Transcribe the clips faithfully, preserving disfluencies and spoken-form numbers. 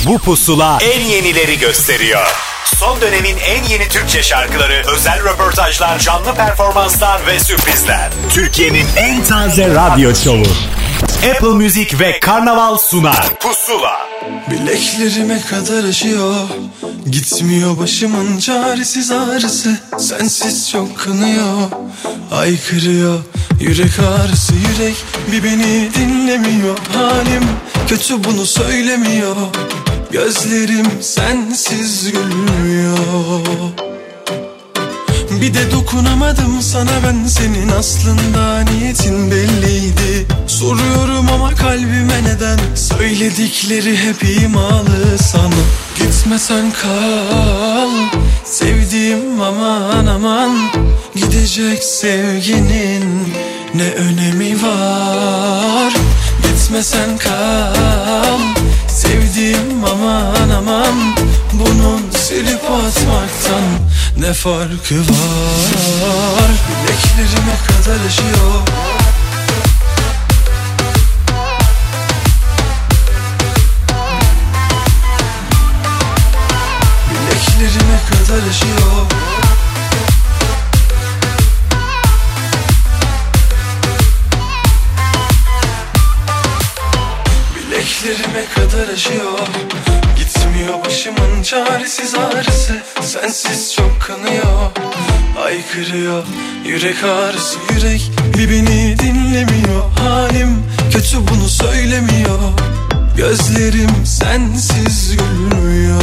Bu pusula en yenileri gösteriyor. Son dönemin en yeni Türkçe şarkıları, özel röportajlar, canlı performanslar ve sürprizler. Türkiye'nin en taze radyo şovu. Apple Music ve Karnaval sunar. Pusula. Bileklerime kadar aşıyor, gitmiyor başımın çaresiz ağrısı. Sensiz çok kanıyor, haykırıyor yürek ağrısı. Yürek bir beni dinlemiyor, halim kötü bunu söylemiyor. Gözlerim sensiz gülmüyor. Bir de dokunamadım sana ben, senin aslında niyetin belliydi. Soruyorum ama kalbime neden, söyledikleri hep imalı sana. Gitmesen kal sevdiğim, aman aman. Gidecek sevginin ne önemi var. Gitmesen kal sevdiğim, aman aman. Bunun silip atmaktan ne farkı var? Bileklerime kadar aşıyor. Bileklerime kadar aşıyor. Bileklerime kadar aşıyor. Gitmiyor başımın çaresiz ağrısı. Sensiz çok kanıyor, haykırıyor yürek ağrısı. Yürek bir beni dinlemiyor, halim kötü bunu söylemiyor. Gözlerim sensiz gülmüyor.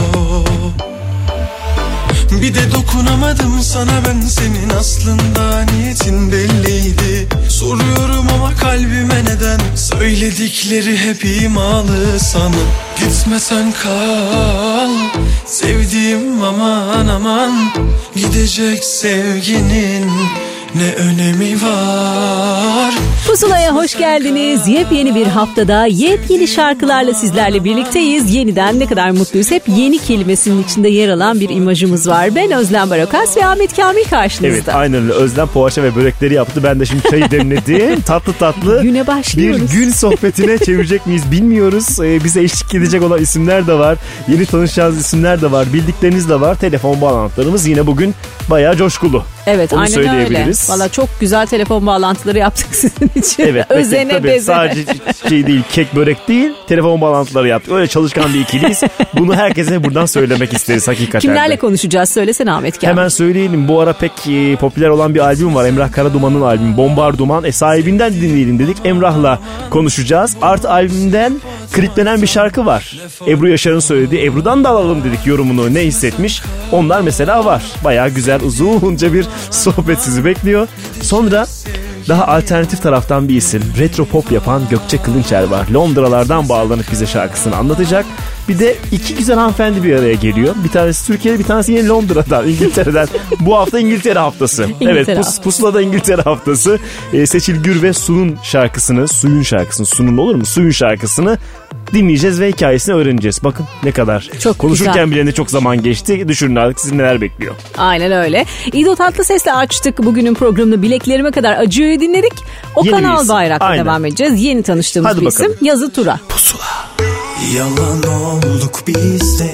Bir de dokunamadım sana ben, senin aslında niyetin belliydi. Soruyorum ama kalbime neden, söyledikleri hep imalı sana. Gitmesen kal sevdiğim, aman aman. Gidecek sevginin ne önemi var? Pusula'ya hoş geldiniz. Yepyeni bir haftada yepyeni şarkılarla sizlerle birlikteyiz. Yeniden ne kadar mutluyuz. Hep yeni kelimesinin içinde yer alan bir imajımız var. Ben Özlem Barakas ve Ahmet Kamil karşınızda. Evet, aynen öyle. Özlem poğaça ve börekleri yaptı. Ben de şimdi çayı demledim. Tatlı tatlı güne başlıyoruz. Bir gün sohbetine çevirecek miyiz bilmiyoruz. Ee, bize eşlik edecek olan isimler de var. Yeni tanışacağınız isimler de var. Bildikleriniz de var. Telefon bağlantılarımız yine bugün bayağı coşkulu. Evet, onu aynen öyle. Valla çok güzel telefon bağlantıları yaptık sizin için. Evet. Özene tabii, bezene. Sadece şey değil, kek börek değil, telefon bağlantıları yaptık. Öyle çalışkan bir ikiliyiz. Bunu herkese buradan söylemek isteriz hakikaten. Kimlerle konuşacağız? Söylesene Ahmet Kamil. Hemen söyleyelim. Bu ara pek e, popüler olan bir albüm var. Emrah Karaduman'ın albümü Bombarduman. E, sahibinden dinleyelim dedik. Emrah'la konuşacağız. Artı albümden kliplenen bir şarkı var. Ebru Yaşar'ın söylediği. Ebru'dan da alalım dedik yorumunu. Ne hissetmiş? Onlar mesela var. Bayağı güzel, uzunca bir sohbet sizi bekliyor. Sonra daha alternatif taraftan bir isim, retro pop yapan Gökçe Kılınçer var. Londralardan bağlanıp bize şarkısını anlatacak. Bir de iki güzel hanımefendi bir araya geliyor. Bir tanesi Türkiye'de, bir tanesi yine Londra'dan, İngiltere'den. Bu hafta İngiltere haftası. İngiltere evet, pus, haftası. Pusula'da İngiltere haftası. Ee, Seçil Gür ve Su'nun şarkısını, Suyun şarkısını, Su'nun olur mu? Suyun şarkısını dinleyeceğiz ve hikayesini öğreneceğiz. Bakın ne kadar çok konuşurken güzel. bile ne çok zaman geçti. Düşünün artık sizi neler bekliyor. Aynen öyle. İdo Tatlıses'le açtık bugünün programını. Bileklerime kadar acıyor'yu dinledik. Okan Albayrak'la devam edeceğiz. Yeni tanıştığımız Hadi bir bakalım. isim Yazı Tura. Pusula. Yalan olduk biz de,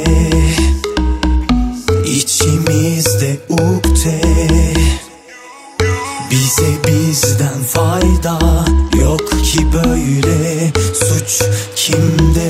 içimizde ukde. Bize bizden fayda yok ki böyle, suç kimde?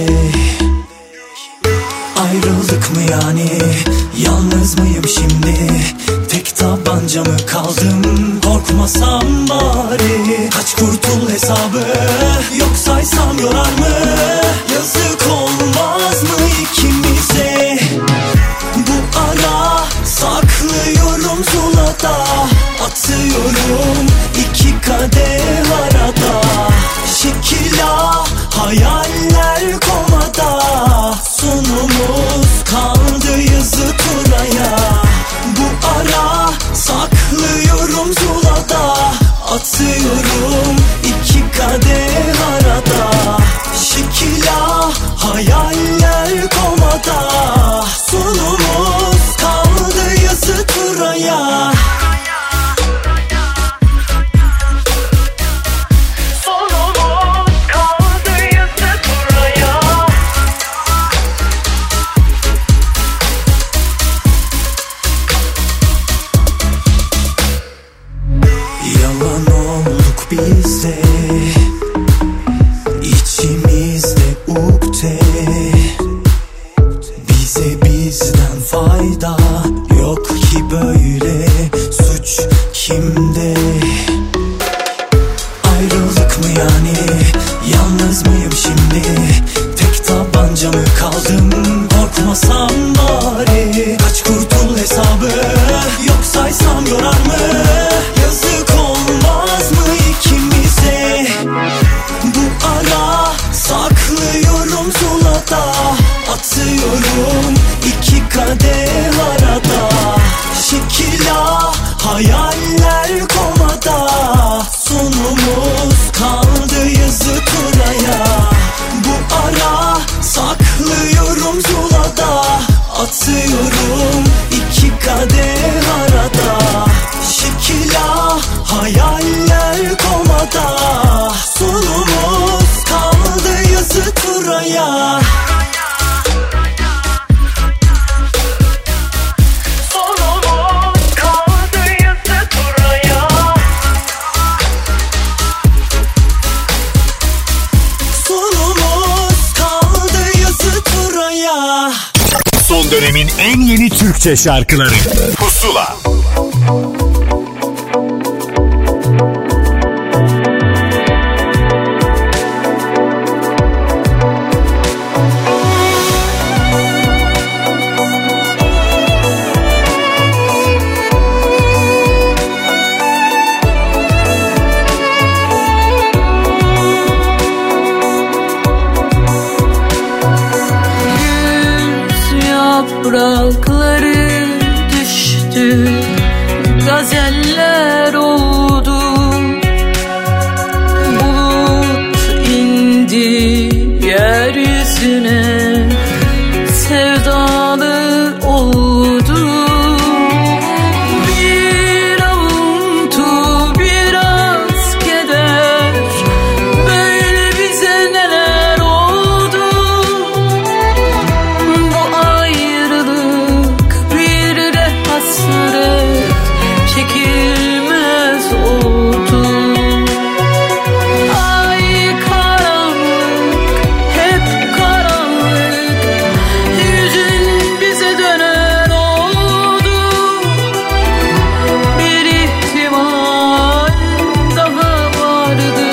Ayrıldık mı yani, yalnız mıyım şimdi? Tek tabanca mı kaldım, korkmasam bari. Kaç kurtul hesabı, yok saysam yorar mı? Yazık olmaz mı ikimize? Bu ara saklıyorum zulada, atıyorum iki kadeh arada. Şekilla hayaller komada, sonumuz kaldı Yazı Tura'ya. Bu ara saklıyorum zulada, atıyorum iki kadeh arada. Şekilla kaldım. Korkmasam bari, kaç kurtul hesabı, yok saysam yorar mı? Yazık olmaz mı ikimize? Bu ara saklıyorum zulada, atıyorum iki kadeh arada. Şekila hayaller komada, sonumuz kaldı yazı turaya. Bu ara saklıyorum zulada, atıyorum iki kadeh arada. Şekila hayaller komada, sonumuz kaldı yazı turaya. Son dönemin en yeni Türkçe şarkıları Pusula. Yaprakları düştü, gazeller oldu. Bulut indi yeryüzüne, sevdalı oldu. Bir avuntu, biraz keder, böyle bize neler oldu. Bu ayrılık bir de hasret, çekilmez oldu. Ay karanlık, hep karanlık, yüzün bize dönen oldu. Bir ihtimal daha vardı,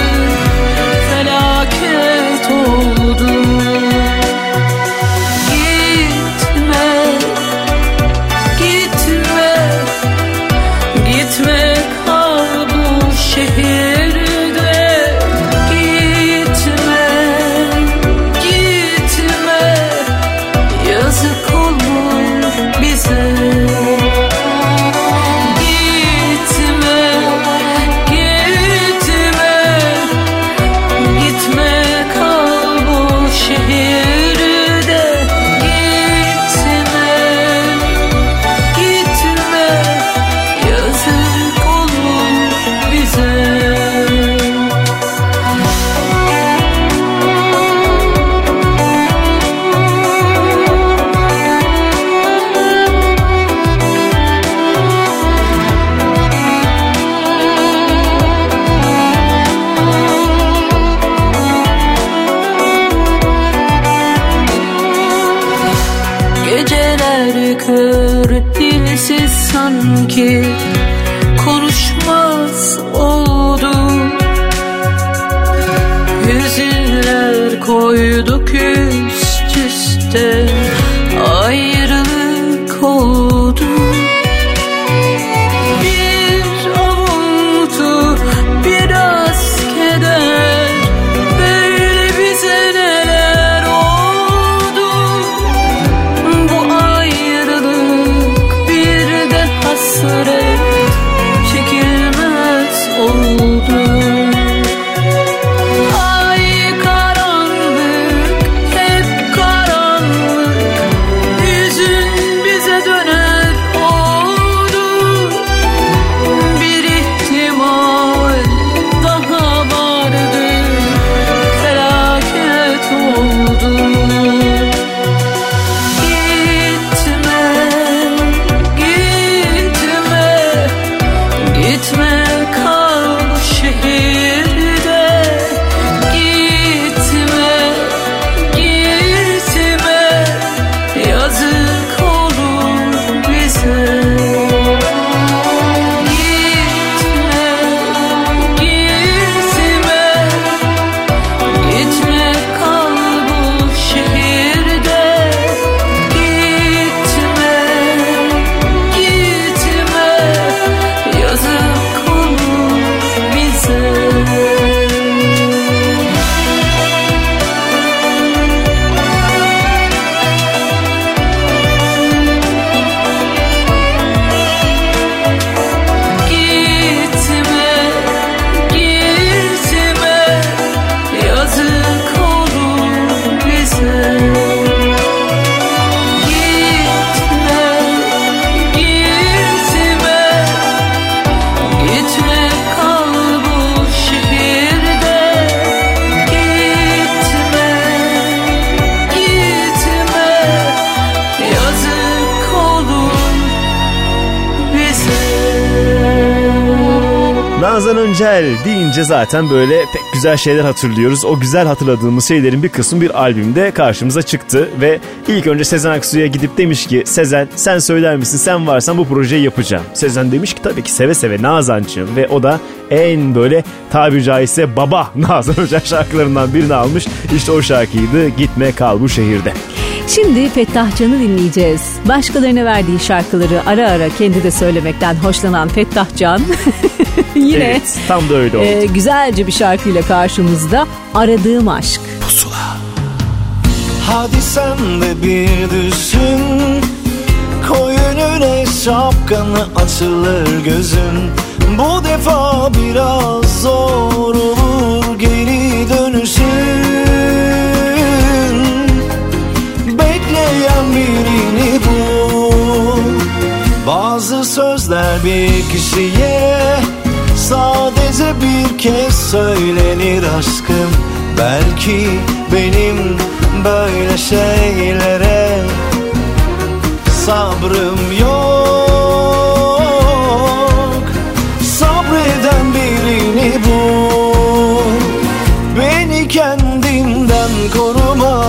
felaket oldu. Gitme, gitme, gitme kal bu şehirde. Gitme, gitme, yazık olur bize. Gitme, gitme, gitme kal bu şehirde. Gitme, gitme, yazık olur bize. Geceler kör, dilsiz sanki, konuşmaz oldu. Hüzünler koyduk üst üste, ayrılık oldu. Bir avuntu, biraz keder, böyle bize neler oldu. Bu ayrılık bir de hasret, çekilmez oldu. Ay karanlık, hep karanlık, Nazan Öncel deyince zaten böyle pek güzel şeyler hatırlıyoruz. O güzel hatırladığımız şeylerin bir kısmı bir albümde karşımıza çıktı. Ve ilk önce Sezen Aksu'ya gidip demiş ki Sezen sen söyler misin, sen varsan bu projeyi yapacağım. Sezen demiş ki tabii ki seve seve Nazancığım. Ve o da en böyle tabiri caizse baba Nazan Öncel şarkılarından birini almış. İşte o şarkıydı Gitme Kal Bu Şehirde. Şimdi Fettah Can'ı dinleyeceğiz. Başkalarına verdiği şarkıları ara ara kendi de söylemekten hoşlanan Fettah Can yine evet, tam da öyle oldu. E, güzelce bir şarkıyla karşımızda. Aradığım Aşk. Pusula. Hadi sen de bir düşün, koy önüne şapkanı, açılır gözün. Bu defa biraz zor olur geri dönüşün. Bekleyen birini bul. Bazı sözler bir kişiye sadece bir kez söylenir aşkım. Belki benim böyle şeylere sabrım yok. Sabreden birini bul. Beni kendimden koruma.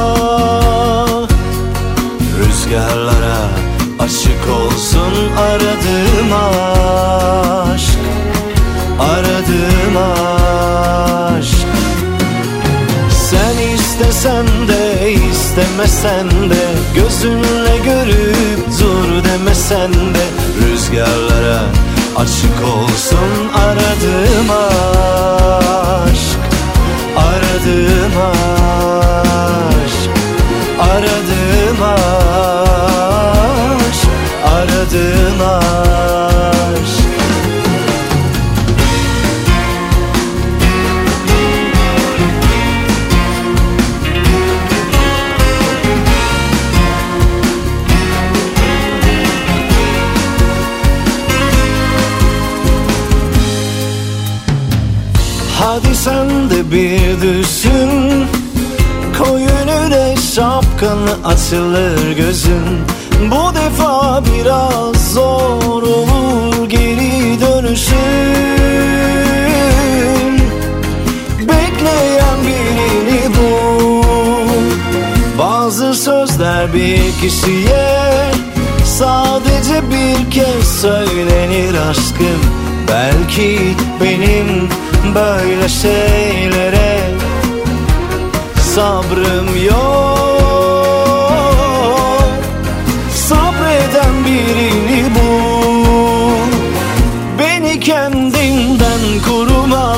Rüzgarlara açık olsun aradığım aşk. Aradığım aşk. Sen istesen de istemesen de, gözünle görüp dur demesen de, rüzgarlara açık olsun aradığım aşk. Aradığım aşk. Aradığım aşk. Aradığım aşk. Hadi sen de bir düşün, koy önüne şapkanı, açılır gözün. Bu defa biraz zor olur geri dönüşün. Bekleyen birini bul. Bazı sözler bir kişiye sadece bir kez söylenir aşkım. Belki benim böyle şeylere sabrım yok. Sabreden birini bul. Beni kendimden koruma.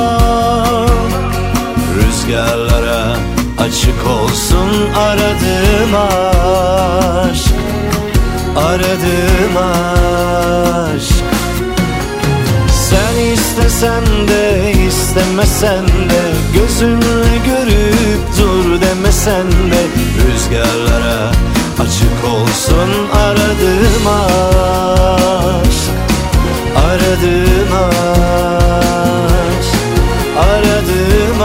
Rüzgarlara açık olsun aradığım aşk. Aradığım aşk. Sen istesen de istemesen de, gözünle görüp dur demesen de, rüzgarlara açık olsun aradığım aşk. Aradığım aşk. Aradığım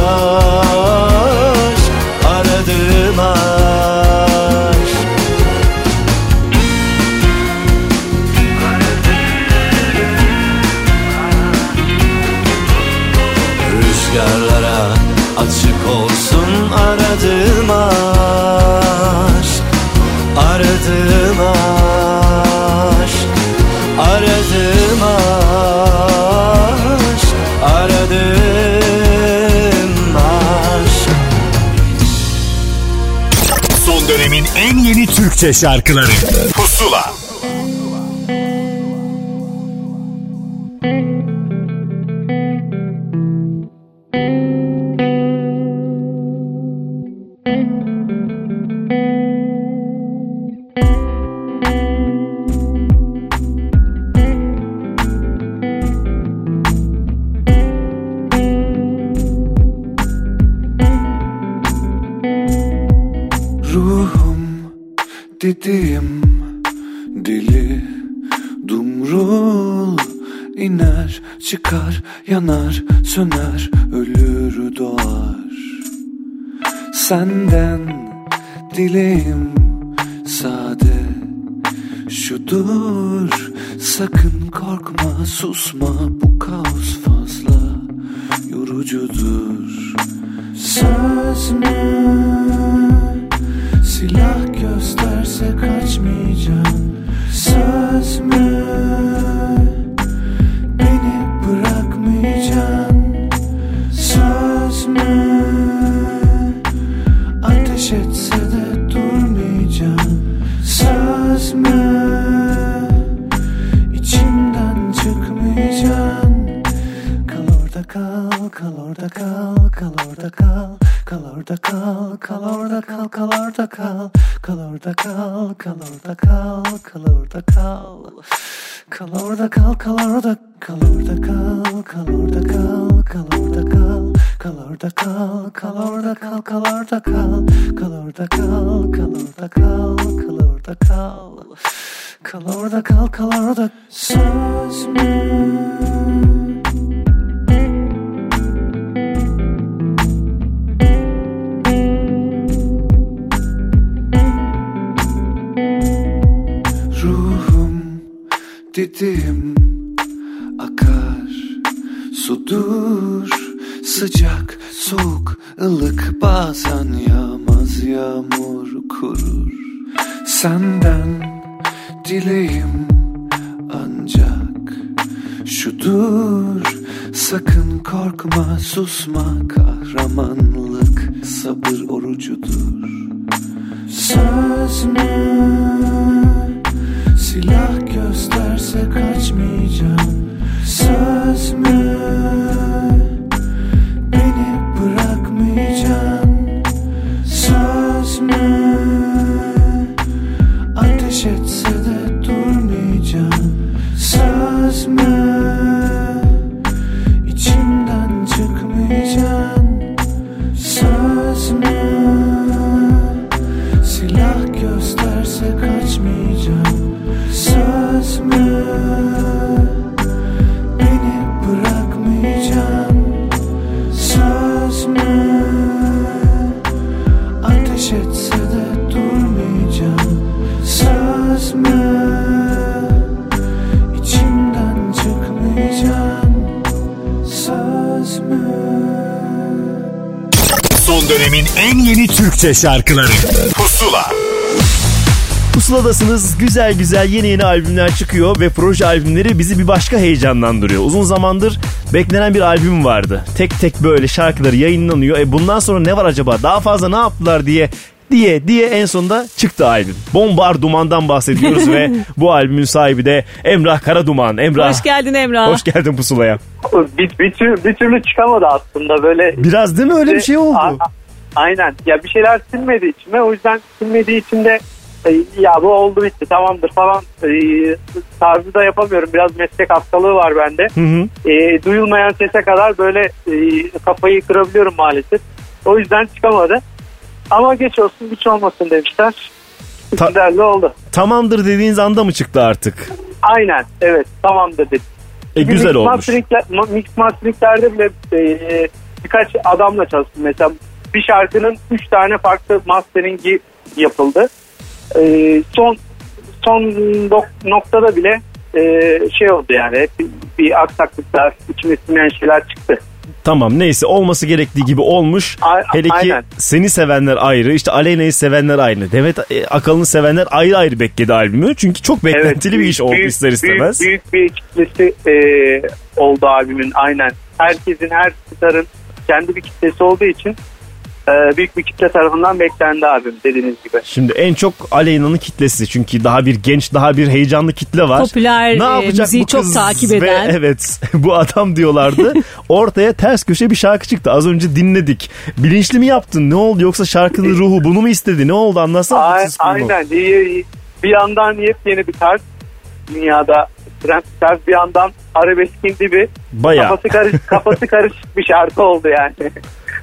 aşk. Aradığım aşk. Rüzgarlara açık olsun aradığım aşk. Aradığım aşk. Aradığım aşk. Aradığım aşk. Son dönemin en yeni Türkçe şarkıları Pusula. Dediğim dili dumrul iner, çıkar, yanar, söner, ölür, doğar. Senden dileğim sade, şudur, sakın korkma, susma, bu kaos fazla yorucudur. Söz mü? Silah gösterse kaçmayacağım. Söz mü? Beni bırakmayacaksın. Söz mü? Ateş etse de durmayacağım. Söz mü? İçimden çıkmayacaksın. Kal orada kal, kal orada kal, kal orada kal. Kal orada kal, kal orada kal, kal orada kal. Kal orada kal, kal orada kal, kal orada kal. Kal orada kal, kal orada, kal orada kal, kal orada kal, kal orada kal. Kal orada kal, kal orada kal, kal orada kal. Kal orada kal, kal orada kal, kal orada kal. Kal orada kal, kal orada. Söz mü? Dedim akar, sudur, sıcak, soğuk, ılık, bazen yağmaz yağmur kurur. Senden dileğim ancak şudur, sakın korkma, susma, kahramanlık sabır orucudur. Söz mü? Silah gösterse kaçmayacağım. Söz mü? Beni bırakmayacaksın. Söz mü? Ateş etse de durmayacağım. Söz mü? İçimden çıkmayacaksın. Söz mü? Silah gösterse kaçmayacağım. Söz mü? Beni bırakmayacaksın. Söz mü? Ateş etse de durmayacağım. Söz mü? İçimden çıkmayacaksın. Söz mü? Son dönemin en yeni Türkçe şarkıları Pusula. Pusuladasınız. Güzel güzel yeni yeni albümler çıkıyor ve proje albümleri bizi bir başka heyecanlandırıyor. Uzun zamandır beklenen bir albüm vardı. Tek tek böyle şarkıları yayınlanıyor. E bundan sonra ne var acaba? Daha fazla ne yaptılar diye diye diye en sonunda çıktı albüm. Bombar Duman'dan bahsediyoruz ve bu albümün sahibi de Emrah Karaduman. Emrah. Hoş geldin Emrah. Hoş geldin Pusula'ya. Bir, bir, tür, bir türlü çıkamadı aslında böyle. Biraz değil mi öyle bir şey oldu? A, aynen. Ya bir şeyler sinmedi içime. O yüzden sinmediği için de e, ya bu oldu bitti tamamdır falan e, tarzı da yapamıyorum. Biraz meslek hastalığı var bende. Hı hı. E, duyulmayan sese kadar böyle e, kafayı kırabiliyorum maalesef. O yüzden çıkamadı. Ama geç olsun güç olmasın demişler. Ta- Güzel oldu. Tamamdır dediğiniz anda mı çıktı artık? Aynen evet tamamdır dedim. E güzel mix olmuş. Mix mastering'lerde bile e, birkaç adamla çalıştım. Mesela bir şarkının üç tane farklı masteringi yapıldı. E, son son noktada bile e, şey oldu yani bir, bir aksaklıklar, içime sinmeyen şeyler çıktı. Tamam neyse olması gerektiği gibi olmuş. A- Hele ki aynen. Seni sevenler ayrı, işte Aleyna'yı sevenler aynı. Demet Akalın'ı sevenler ayrı ayrı bekledi albümü. Çünkü çok beklentili evet, büyük, bir iş oldu büyük, ister istemez. Büyük, büyük bir kitlesi e, oldu albümün aynen. Herkesin, her starın kendi bir kitlesi olduğu için e, büyük bir kitle tarafından beklendi albüm dediğiniz gibi. Şimdi en çok Aleyna'nın kitlesi. Çünkü daha bir genç, daha bir heyecanlı kitle var. Popüler ne yapacak müziği bu kız çok takip eden. Ve evet bu adam diyorlardı. Ortaya ters köşe bir şarkı çıktı. Az önce dinledik. Bilinçli mi yaptın? Ne oldu? Yoksa şarkının ruhu bunu mu istedi? Ne oldu? Anlatsana. A- aynen. Bir yandan yepyeni bir tarz. Dünyada trend tarz, bir yandan arabeskin dibi. Bayağı. Kafası, karış, kafası karışık bir şarkı oldu yani.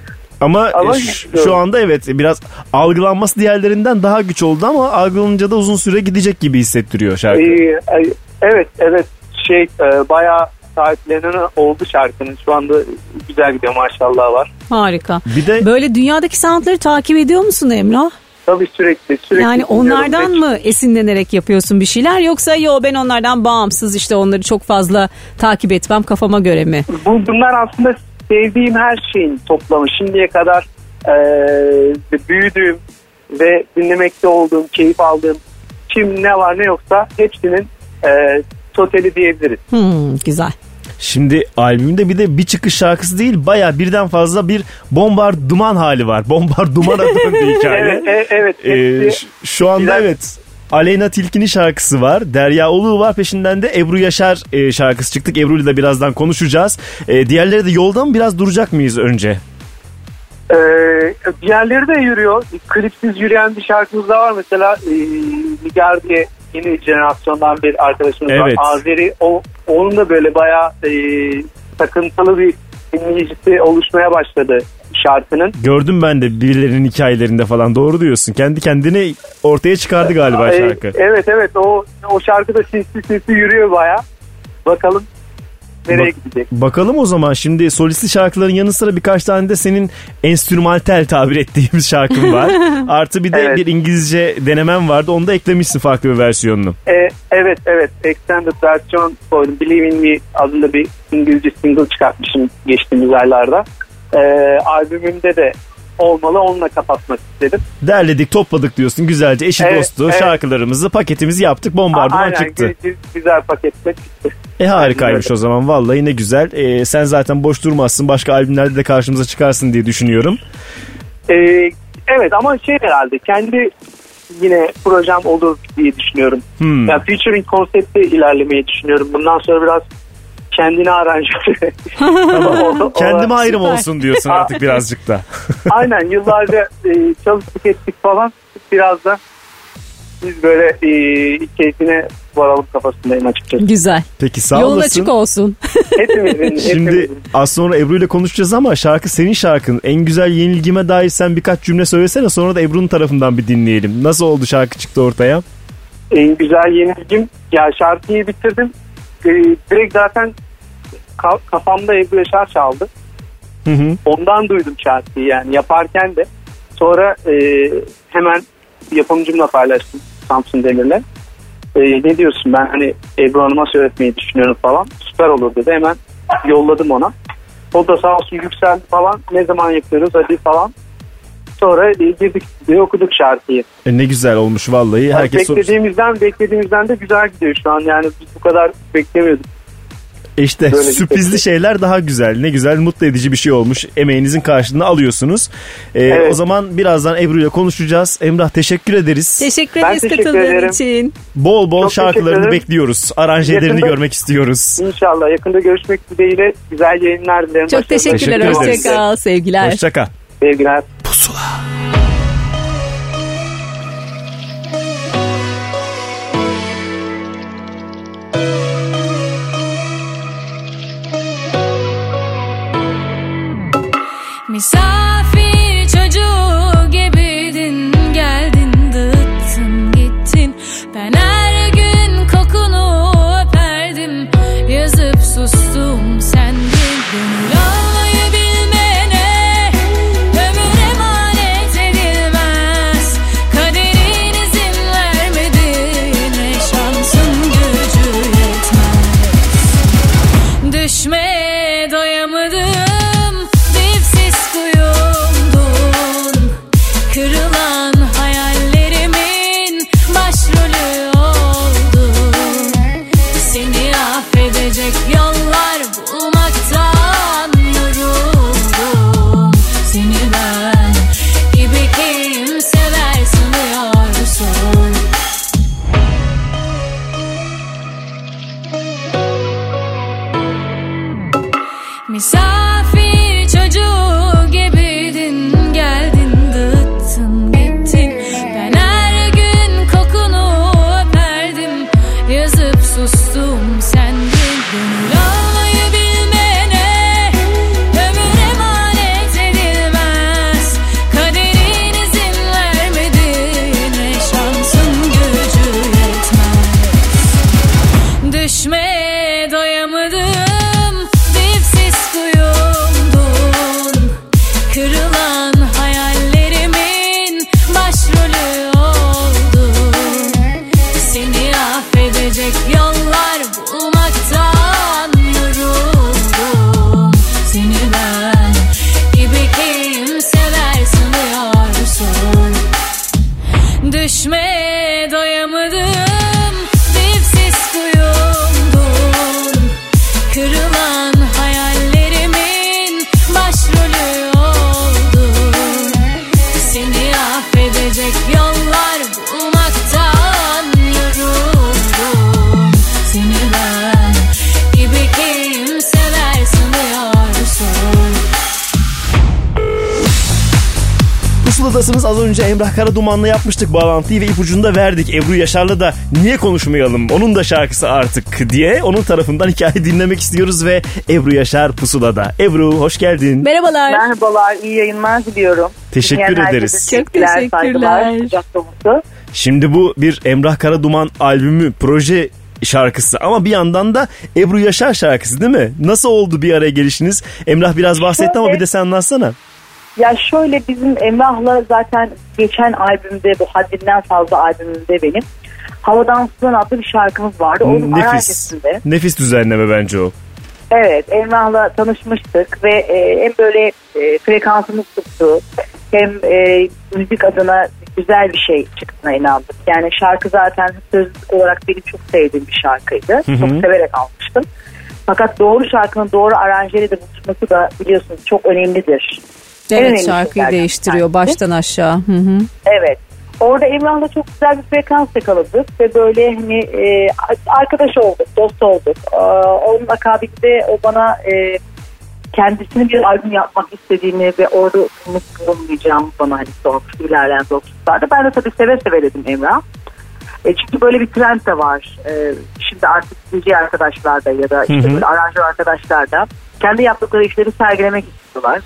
Ama, ama şu, şu anda evet biraz algılanması diğerlerinden daha güç oldu ama algılanınca da uzun süre gidecek gibi hissettiriyor şarkı. Ee, evet evet şey e, bayağı sahiplenen oldu şarkının. Şu anda güzel gidiyor maşallah var. Harika. Bir de böyle dünyadaki sanatları takip ediyor musun Emrah? Tabii sürekli sürekli. Yani onlardan dinliyorum. mı esinlenerek yapıyorsun bir şeyler, yoksa yo ben onlardan bağımsız işte onları çok fazla takip etmem kafama göre mi? Bu, bunlar aslında sevdiğim her şeyin toplamı. Şimdiye kadar e, büyüdüğüm ve dinlemekte olduğum, keyif aldığım kim ne var ne yoksa hepsinin e, totali diyebiliriz. Hmm, güzel. Şimdi albümde bir de bir çıkış şarkısı değil, baya birden fazla bir bombardıman hali var. Bombardımana döndü hikaye. Evet, e, evet. Ee, ş- şu anda Güzel. evet. Aleyna Tilki'nin şarkısı var. Derya Oluğ var. Peşinden de Ebru Yaşar e, şarkısı çıktık. Ebru'yla da birazdan konuşacağız. E, diğerleri de yolda mı, biraz duracak mıyız önce? Ee, diğerleri de yürüyor. Klipsiz yürüyen bir şarkımız da var. Mesela e, Nigar diye yeni jenerasyondan bir arkadaşımız Evet. var. Azeri. O, onun da böyle bayağı e, takıntılı bir dinleyicisi oluşmaya başladı şarkının. Gördüm ben de birilerinin hikayelerinde falan, doğru diyorsun. Kendi kendini ortaya çıkardı galiba Ee, şarkı. evet evet o o şarkı da sinsi sinsi yürüyor bayağı. Bakalım nereye Bak- gidecek. Bakalım o zaman. Şimdi solistli şarkıların yanı sıra birkaç tane de senin enstrümantal tabir ettiğimiz şarkın var. Artı bir de Evet. bir İngilizce denemen vardı. Onu da eklemişsin, farklı bir versiyonunu. Ee, evet evet extended versiyon koydum. Believe in Me adında bir İngilizce single çıkartmışım geçtiğimiz aylarda. Ee, albümümde de olmalı, onunla kapatmak istedim. Derledik, topladık diyorsun güzelce. Eşi Evet, dostu evet. şarkılarımızı, paketimizi yaptık. Bombardıman Aynen, çıktı. gü- gü- güzel paketle çıktı. E harikaymış Aynen o zaman. Vallahi ne güzel. E, sen zaten boş durmazsın. Başka albümlerde de karşımıza çıkarsın diye düşünüyorum. Ee, evet ama şey herhalde kendi yine projem olur diye düşünüyorum. Hmm. Yani featuring konsepti ilerlemeyi düşünüyorum. Bundan sonra biraz kendine aranjör. Kendime ayrım Süper. olsun diyorsun artık birazcık da. Aynen, yıllarca e, çalıştık ettik falan. Biraz da biz böyle e, keyfine varalım kafasındayım açıkçası. Güzel. Peki, sağ Yolun olasın. açık olsun. Hepimizin, Şimdi hepimizin. az sonra Ebru ile konuşacağız ama şarkı senin şarkın. En güzel yenilgime dair sen birkaç cümle söylesene, sonra da Ebru'nun tarafından bir dinleyelim. Nasıl oldu, şarkı çıktı ortaya? En güzel yenilgim. Ya şarkıyı bitirdim. E, direkt zaten ka- kafamda Ebru Yaşar çaldı. Hı hı. Ondan duydum şarkıyı yani yaparken de. Sonra e, hemen yapımcımla paylaştım, Samsun Demir'le. E, ne diyorsun, ben hani Ebru Hanım'a söyletmeyi düşünüyorum falan. Süper olur dedi, hemen yolladım ona. O da sağ olsun yükseldi falan. Ne zaman yapıyoruz hadi falan. Sonra e, girdik diye okuduk şarkıyı. E, ne güzel olmuş vallahi. Yani Herkes sor- beklediğimizden beklediğimizden de güzel gidiyor şu an. Yani biz bu kadar beklemiyorduk. E İşte Böyle bir sürprizli tepki. şeyler daha güzel. Ne güzel, mutlu edici bir şey olmuş. Emeğinizin karşılığını alıyorsunuz. Ee, Evet. O zaman birazdan Ebru ile konuşacağız. Emrah, teşekkür ederiz. Teşekkür Ben ederiz teşekkür katıldığın ederim. için. Bol bol Çok teşekkür şarkılarını ederim. bekliyoruz. Aranjelerini Yakında- görmek istiyoruz. İnşallah yakında görüşmek dileğiyle, güzel yayınlar dilerim. Çok teşekkürler. Teşekkür ederiz. Hoşça kal. Sevgiler. Hoşça kal. Sevgiler. Misafir çocuğu gibiydin, geldin dağıttın gittin. Ben her gün kokunu öperdim, yazıp sustum sendin. Gönül almayı bilmeyene ömür emanet edin. doyamadım. Dipsiz kuyumdum, kırılan hayallerimin başrolü oldum. Seni affedecek yollar bulmaktan yoruldum. Seni ben gibi kimseler sanıyorsun. Pusuladasınız. Az önce Emrah Karaduman'la yapmıştık bağlantıyı ve ipucunu da verdik. Ebru Yaşar'la da niye konuşmayalım, onun da şarkısı artık diye onun tarafından hikaye dinlemek istiyoruz ve Ebru Yaşar Pusula'da. Ebru hoş geldin. Merhabalar. Merhabalar, iyi yayınlar diliyorum. Teşekkür Dinleyen ederiz. herkese Çok teşekkürler. saygılar, kucak dolusu. Şimdi bu bir Emrah Karaduman albümü, proje şarkısı ama bir yandan da Ebru Yaşar şarkısı değil mi? Nasıl oldu bir araya gelişiniz? Emrah biraz bahsetti Şöyle- ama bir de sen anlatsana. Ya şöyle, bizim Emrah'la zaten geçen albümde, bu haddinden fazla albümümde benim Havadan Sudan adlı bir şarkımız vardı. Onun Nefis. aranjesinde. Nefis düzenleme bence o. Evet, Emrah'la tanışmıştık ve e, hem böyle e, frekansımız tuttu, hem e, müzik adına güzel bir şey çıktığına inandık. Yani şarkı zaten sözlük olarak benim çok sevdiğim bir şarkıydı. Hı hı. Çok severek almıştım. Fakat doğru şarkının doğru aranjeyle de buluşması da biliyorsunuz çok önemlidir. En Evet, önemli şarkıyı şeylerden değiştiriyor bir tanesi. baştan aşağı. Hı hı. Evet. Orada Emrah'la çok güzel bir frekans yakaladık ve böyle hani e, arkadaş olduk, dost olduk. Ee, onun akabinde o bana e, kendisini bir albüm yapmak istediğini ve orada mutlu olmayacağımı bana hani sormuş ilerleyen dostluklarda. Ben de tabii seve seve dedim Emrah. E, çünkü böyle bir trend de var. E, şimdi artık D J arkadaşlar da ya da işte Hı hı. böyle aranjör arkadaşlar da kendi yaptıkları işleri sergilemek istiyorlar.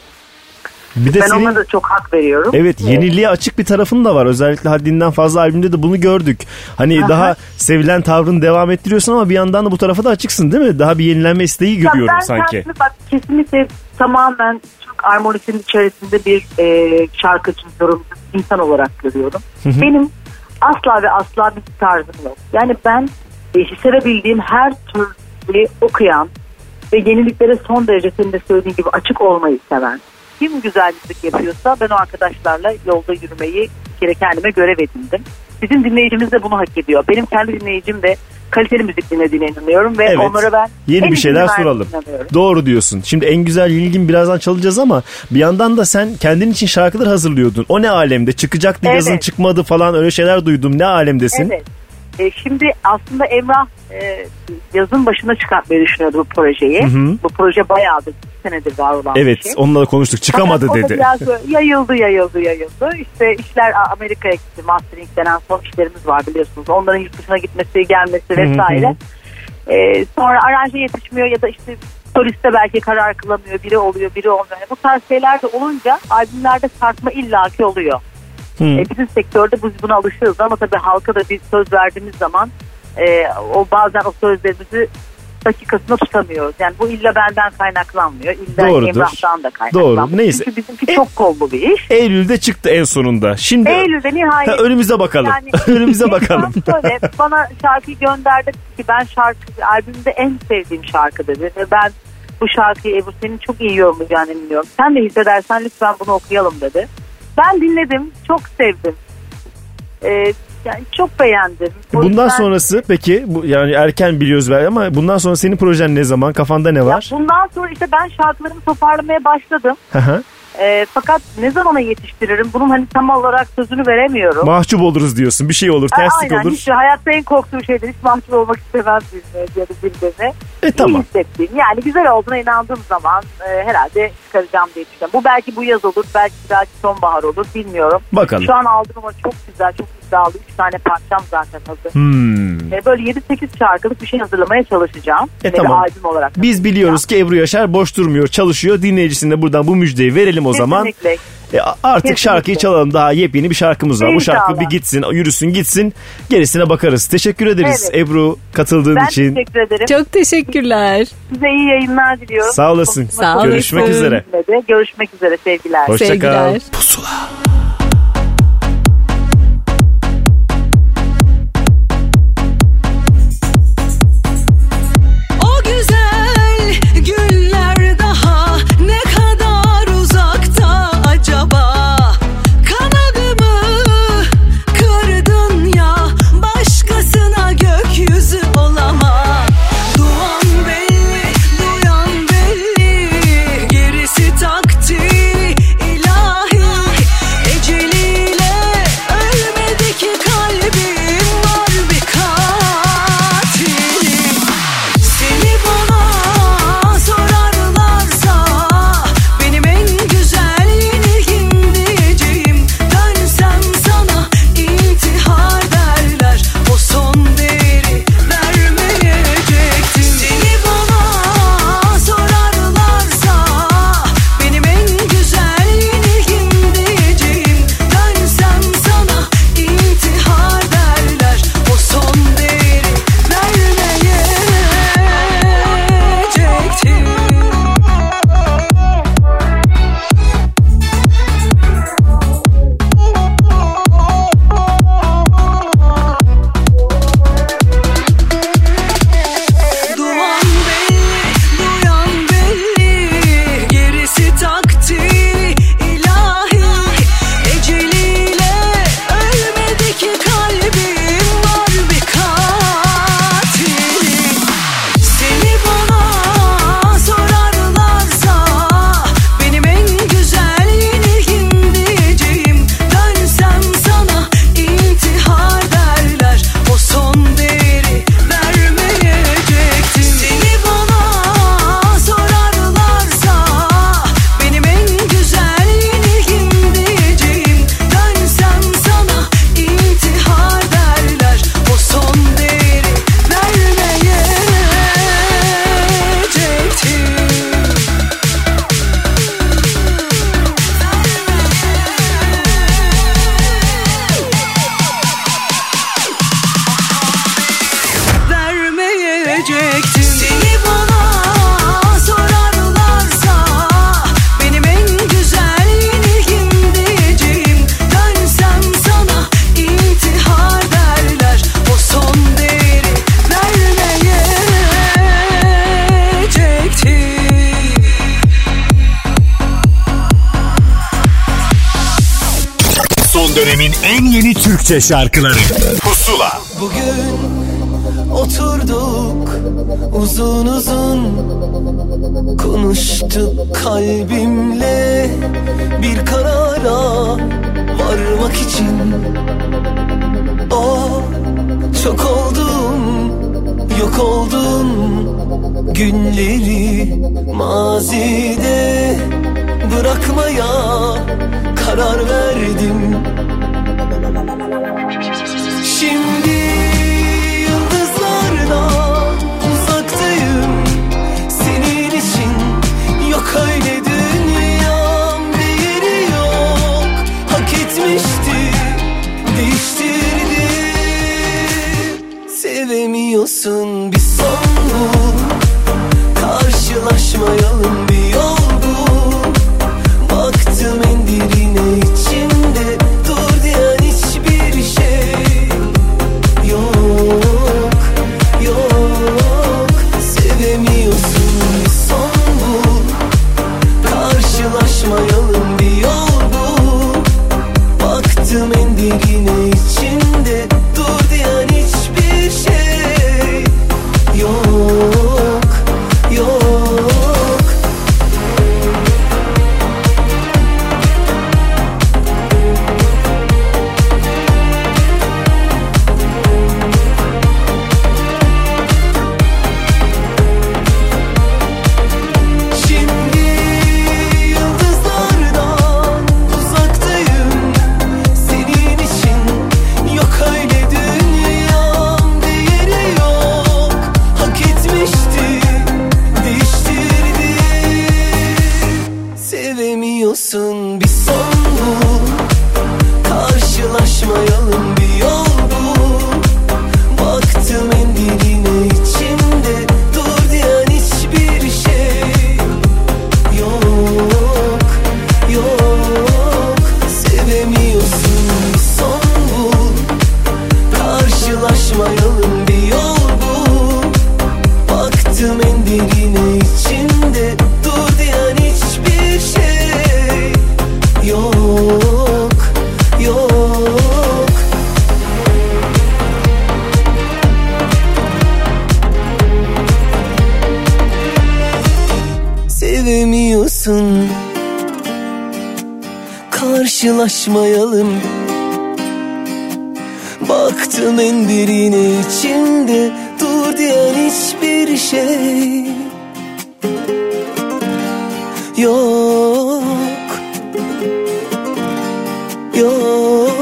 Bir de Ben senin... ona da çok hak veriyorum. Evet, yeniliğe açık bir tarafın da var. Özellikle haddinden fazla albümde de bunu gördük. Hani Aha. daha sevilen tavrını devam ettiriyorsun ama bir yandan da bu tarafa da açıksın değil mi? Daha bir yenilenme isteği Ya görüyorum ben sanki. kendimi bak kesinlikle tamamen Türk armonisinin içerisinde bir e, şarkıcı, yorumcu insan olarak görüyorum. Benim asla ve asla bir tarzım yok. Yani ben e, sevebildiğim her türlü okuyan ve yeniliklere son derece senin de söylediğin gibi açık olmayı seven. Kim güzel müzik yapıyorsa ben o arkadaşlarla yolda yürümeyi bir kere kendime görev edindim. Bizim dinleyicimiz de bunu hak ediyor. Benim kendi dinleyicim de kaliteli müzik dinlediğine inanıyorum ve Evet. onlara ben Yeni en bir şeyler iyisini soralım. verdiğine inanıyorum. Doğru diyorsun. Şimdi en güzel yenilgin birazdan çalacağız ama bir yandan da sen kendin için şarkılar hazırlıyordun. O ne alemde? Çıkacaktı, yazın Evet. çıkmadı falan, öyle şeyler duydum. Ne alemdesin? Evet. E, şimdi aslında Emrah e, yazın başına çıkartmayı düşünüyordu bu projeyi. Hı hı. Bu proje bayağıdır, iki senedir var olan Evet, bir şey. onunla da konuştuk. Çıkamadı Fakat o da dedi. biraz böyle yayıldı yayıldı yayıldı. İşte işler Amerika'ya gitti. Mastering denen son işlerimiz var biliyorsunuz. Onların yurt dışına gitmesi, gelmesi Hı hı vesaire. hı. E, sonra aranje yetişmiyor ya da işte soliste belki karar kılamıyor. Biri oluyor, biri olmuyor. Yani bu tarz şeyler de olunca albümlerde sarkma illaki oluyor. Hı. E, bizim sektörde biz buna alışığız ama tabii halka da bir söz verdiğimiz zaman e, o bazen o sözlerimizi dakikasında tutamıyoruz. Yani bu illa benden kaynaklanmıyor. İlla Doğrudur. Emrah'tan da kaynaklanmıyor. Doğru. Neyse. Çünkü bizimki çok kollu bir iş. Eylül'de çıktı en sonunda. Şimdi Eylül'de nihayet. ha, önümüze bakalım. Yani- önümüze bakalım. Şöyle, bana şarkıyı gönderdi ki ben şarkı albümde en sevdiğim şarkı dedi. Ve ben bu şarkıyı Ebru senin çok iyi yorumlayacağını inanıyorum. Sen de hissedersen lütfen bunu okuyalım dedi. Ben dinledim. Çok sevdim. Ee, yani çok beğendim. O Bundan yüzden- sonrası peki bu, yani erken biliyoruz belki ama bundan sonra senin projen ne zaman? Kafanda ne Ya var? bundan sonra işte ben şarkılarımı toparlamaya başladım. Hı hı. Ee, fakat ne zamana yetiştiririm? Bunun hani tam olarak sözünü veremiyorum. Mahcup oluruz diyorsun. Bir şey olur, terslik Aynen, olur. hiç hayatta en korktuğum şeydir. Hiç mahcup olmak istemem bilmeye ya da bilmeme. E İyi tamam. hissettiğim. Yani güzel olduğuna inandığım zaman e, herhalde çıkaracağım diye düşünüyorum. Bu belki bu yaz olur, belki belki sonbahar olur bilmiyorum. Bakalım. Şu an aldım ama çok güzel, çok iddialı. Üç tane parçam zaten hazır. Hmm. E, böyle yedi sekiz şarkılık bir şey hazırlamaya çalışacağım. E, Ve tamam. albüm olarak. Biz biliyoruz ki Ebru Yaşar boş durmuyor, çalışıyor. Dinleyicisine buradan bu müjdeyi verelim o zaman. Kesinlikle. E, artık Kesinlikle. şarkıyı çalalım. Daha yepyeni bir şarkımız var. Bu İnşallah. şarkı bir gitsin, yürüsün gitsin. Gerisine bakarız. Teşekkür ederiz Evet. Ebru katıldığın Ben için. teşekkür ederim. Çok teşekkürler. Size iyi yayınlar diliyorum. Sağ olasın. Konuşmak Sağ olasın. Görüşmek üzere. üzere. Görüşmek üzere sevgiler. Hoşça kal. Sevgiler. O güzel günler daha ne kadar uzakta acaba? Kanadımı kırdın Son dönemin en yeni Türkçe şarkıları Pusula. Bugün oturduk uzun uzun konuştuk kalbimle bir karara varmak için. Oh, çok oldum, yok oldum, günleri mazide bırakmaya karar verdim. Şimdi yıldızlardan uzaktayım, senin için yok öyle dünyam, değeri yok, hak etmişti, değiştirdi. Sevemiyorsun, bir son bul, karşılaşmayalım, bir yol bul. Baktım en derine, içimde dur diyen hiçbir şey yok, yok. Sevemiyorsun, bir son bul, karşılaşmayalım, bir yol bul. Baktım en derine, içimde dur diyen hiçbir şey yok, yok. Şimdi yıldızlardan uzaktayım, senin için yok öyle dünyam, değeri yok, hak etmişti, değiştirdi. Sevemiyorsun, bir son bul, karşılaşmayalım, bir yol bul. Baktım en derine, içimde dur diyen hiçbir şey yok, yok. Sevemiyorsun, bir son bul, karşılaşmayalım, bir yol bul. Baktım en derine, içimde dur diyen hiçbir şey yok, yok. Sevemiyorsun, karşılaşmayalım. Baktım en derine, içimde dur diyen hiçbir şey yok, yok.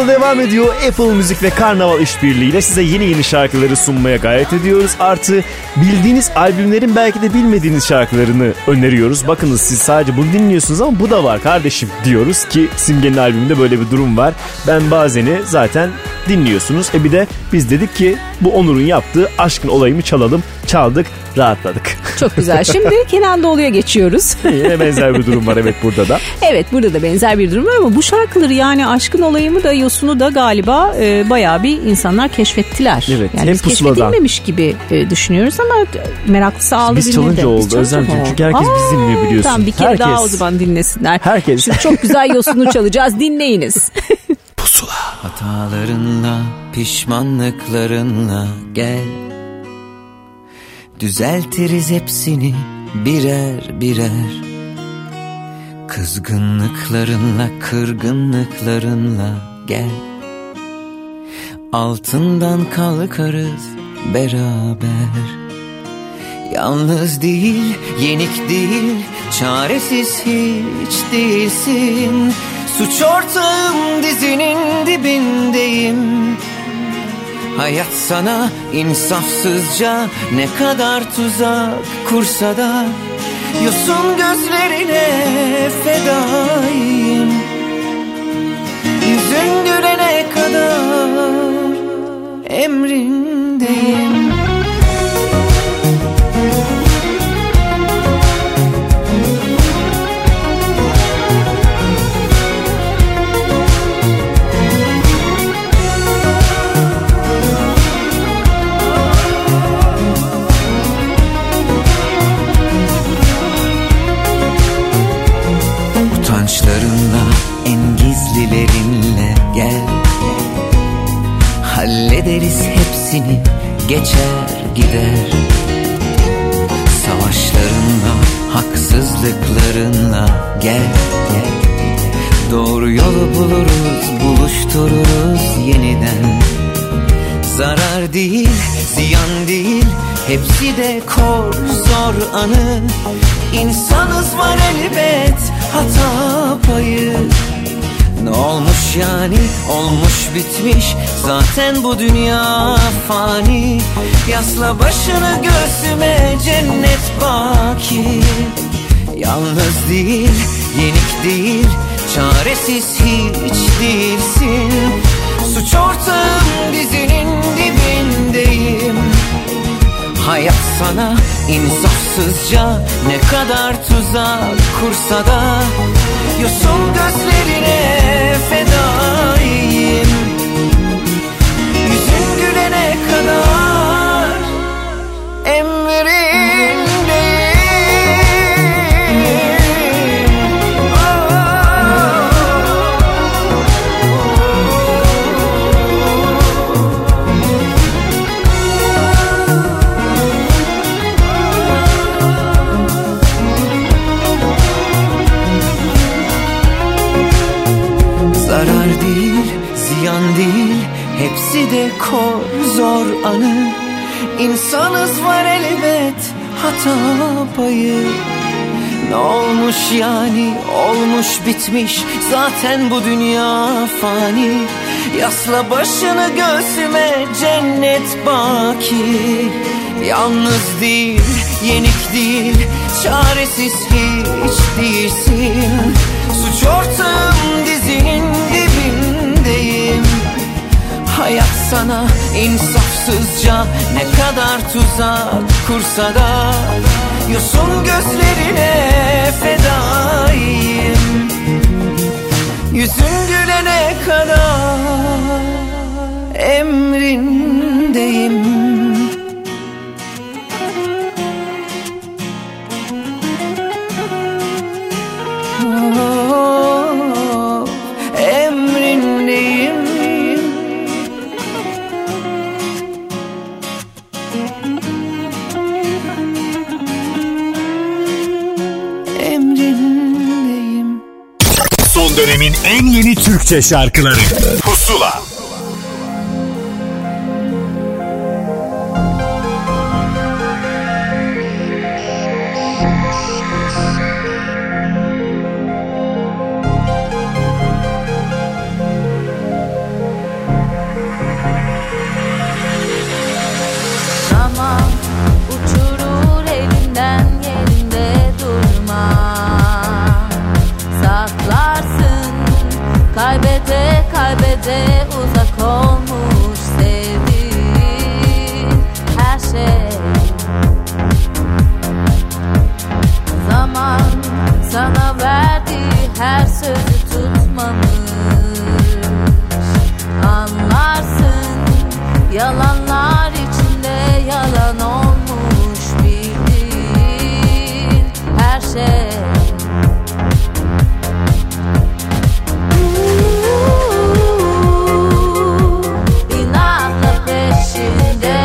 devam ediyor. Apple Müzik ve Karnaval işbirliğiyle size yeni yeni şarkıları sunmaya gayret ediyoruz. Artı bildiğiniz albümlerin belki de bilmediğiniz şarkılarını öneriyoruz. Bakınız siz sadece bunu dinliyorsunuz ama bu da var kardeşim diyoruz ki Simge'nin albümünde böyle bir durum var. Ben bazeni zaten dinliyorsunuz. E bir de biz dedik ki bu Onur'un yaptığı Aşkın Olayımı çalalım. Çaldık, rahatladık. Çok güzel. Şimdi Kenan Doğulu'ya geçiyoruz. Yine benzer bir durum var evet burada da. Evet burada da benzer bir durum var ama bu şarkıları yani Aşkın Olayımı da Yosun'u da galiba e, bayağı bir insanlar keşfettiler. Evet, yani hem biz pusuladan. keşfedilmemiş gibi e, düşünüyoruz ama meraklısı aldı Biz dinledi. çalınca oldu Özlemciğim çünkü herkes Aa, biz dinliyor biliyorsun. Tamam bir kere herkes. daha o zaman dinlesinler. Herkes. Şimdi çok güzel Yosun'u çalacağız, dinleyiniz. Pusula. Hatalarınla, pişmanlıklarınla gel. Düzeltiriz hepsini birer birer. Kızgınlıklarınla, kırgınlıklarınla gel. Altından kalkarız beraber. Yalnız değil, yenik değil, çaresiz hiç değilsin. Suç ortağım, dizinin dibindeyim. Hayat sana insafsızca ne kadar tuzak kursa da yosun gözlerine fedayım. Yüzün gülene kadar emrindeyim. Utançlarınla, en gizlilerinle gel. Hallederiz hepsini, geçer gider. Savaşlarınla, haksızlıklarınla gel, gel. Doğru yolu buluruz, buluştururuz yeniden. Zarar değil, ziyan değil, hepsi de kor zor anı. İnsanız var elbet, hata payı. Ne olmuş yani, olmuş bitmiş, zaten bu dünya fani. Yasla başını göğsüme, cennet baki. Yalnız değil, yenik değil, çaresiz hiç değilsin. Suç ortağım, dizinin dibindeyim. Hayat sana insafsızca ne kadar tuzak kursa da yosun gözlerine fedayım. Yüzün gülene kadar emrindeyim. Zarar değil, ziyan değil, hepsi de kor zor anı. İnsanız var elbet, hata payı. Ne olmuş yani, olmuş bitmiş, zaten bu dünya fani. Yasla başını göğsüme, cennet baki. Yalnız değil, yenik değil, çaresiz hiç değilsin. Suç ortağım, dizinin dibindeyim. Hayat sana insafsızca ne kadar tuzak kursa da yosun gözlerine fedayım. Yüzün gülene kadar emrindeyim. Oh, emrindeyim. Emrindeyim. Son dönemin en yeni Türkçe şarkıları Pusula. de uzak olmuş sevdiğin her şey. Zaman sana verdiği her sözü tutmamış. Anlarsın yalanlar içinde yalan olmuş bildiğin her şey. İnatla peşinde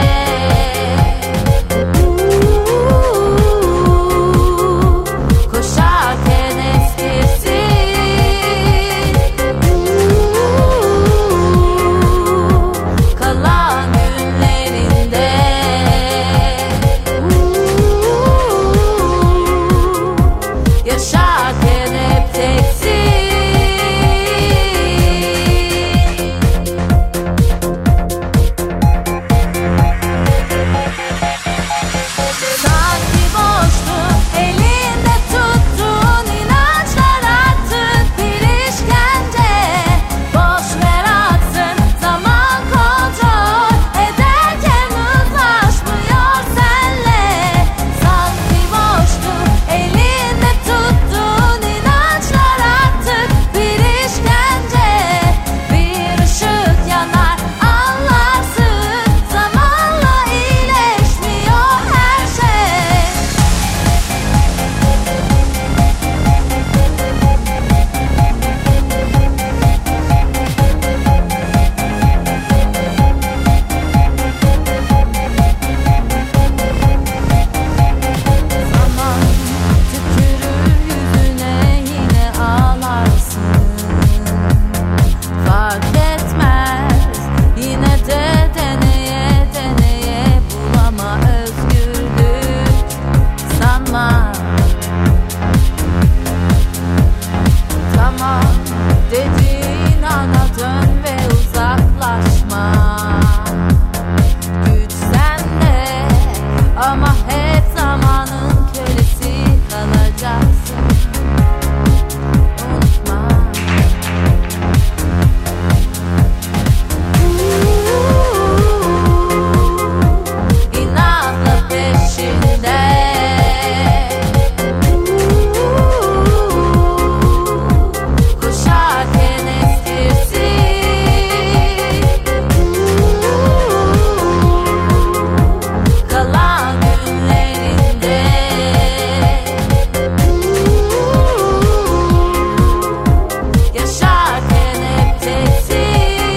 koşarken eskisi kalan günlerinde yaşarken hep teksin. Sanki boştu elinde tuttuğun inançlar artık bir işkence. Boş ver aksın zaman kontrol ederken uzlaşmıyor senle. Sanki boştu elinde tuttuğun inançlar artık bir işkence. Bir ışık yanar anlarsın zamanla iyileşmiyor her şey. Zaman tükürür yüzüne yine ağlarsın. Fark etmez yine de deneye deneye bulama özgürlük sanma. Tamam dediğin ana dön ve uzaklaşma. Güç sende ama hep zamanın kölesi kalacaksın. Unutma. İnatla peşinde koşarken eskisi kalan günlerinde yaşarken hep teksin.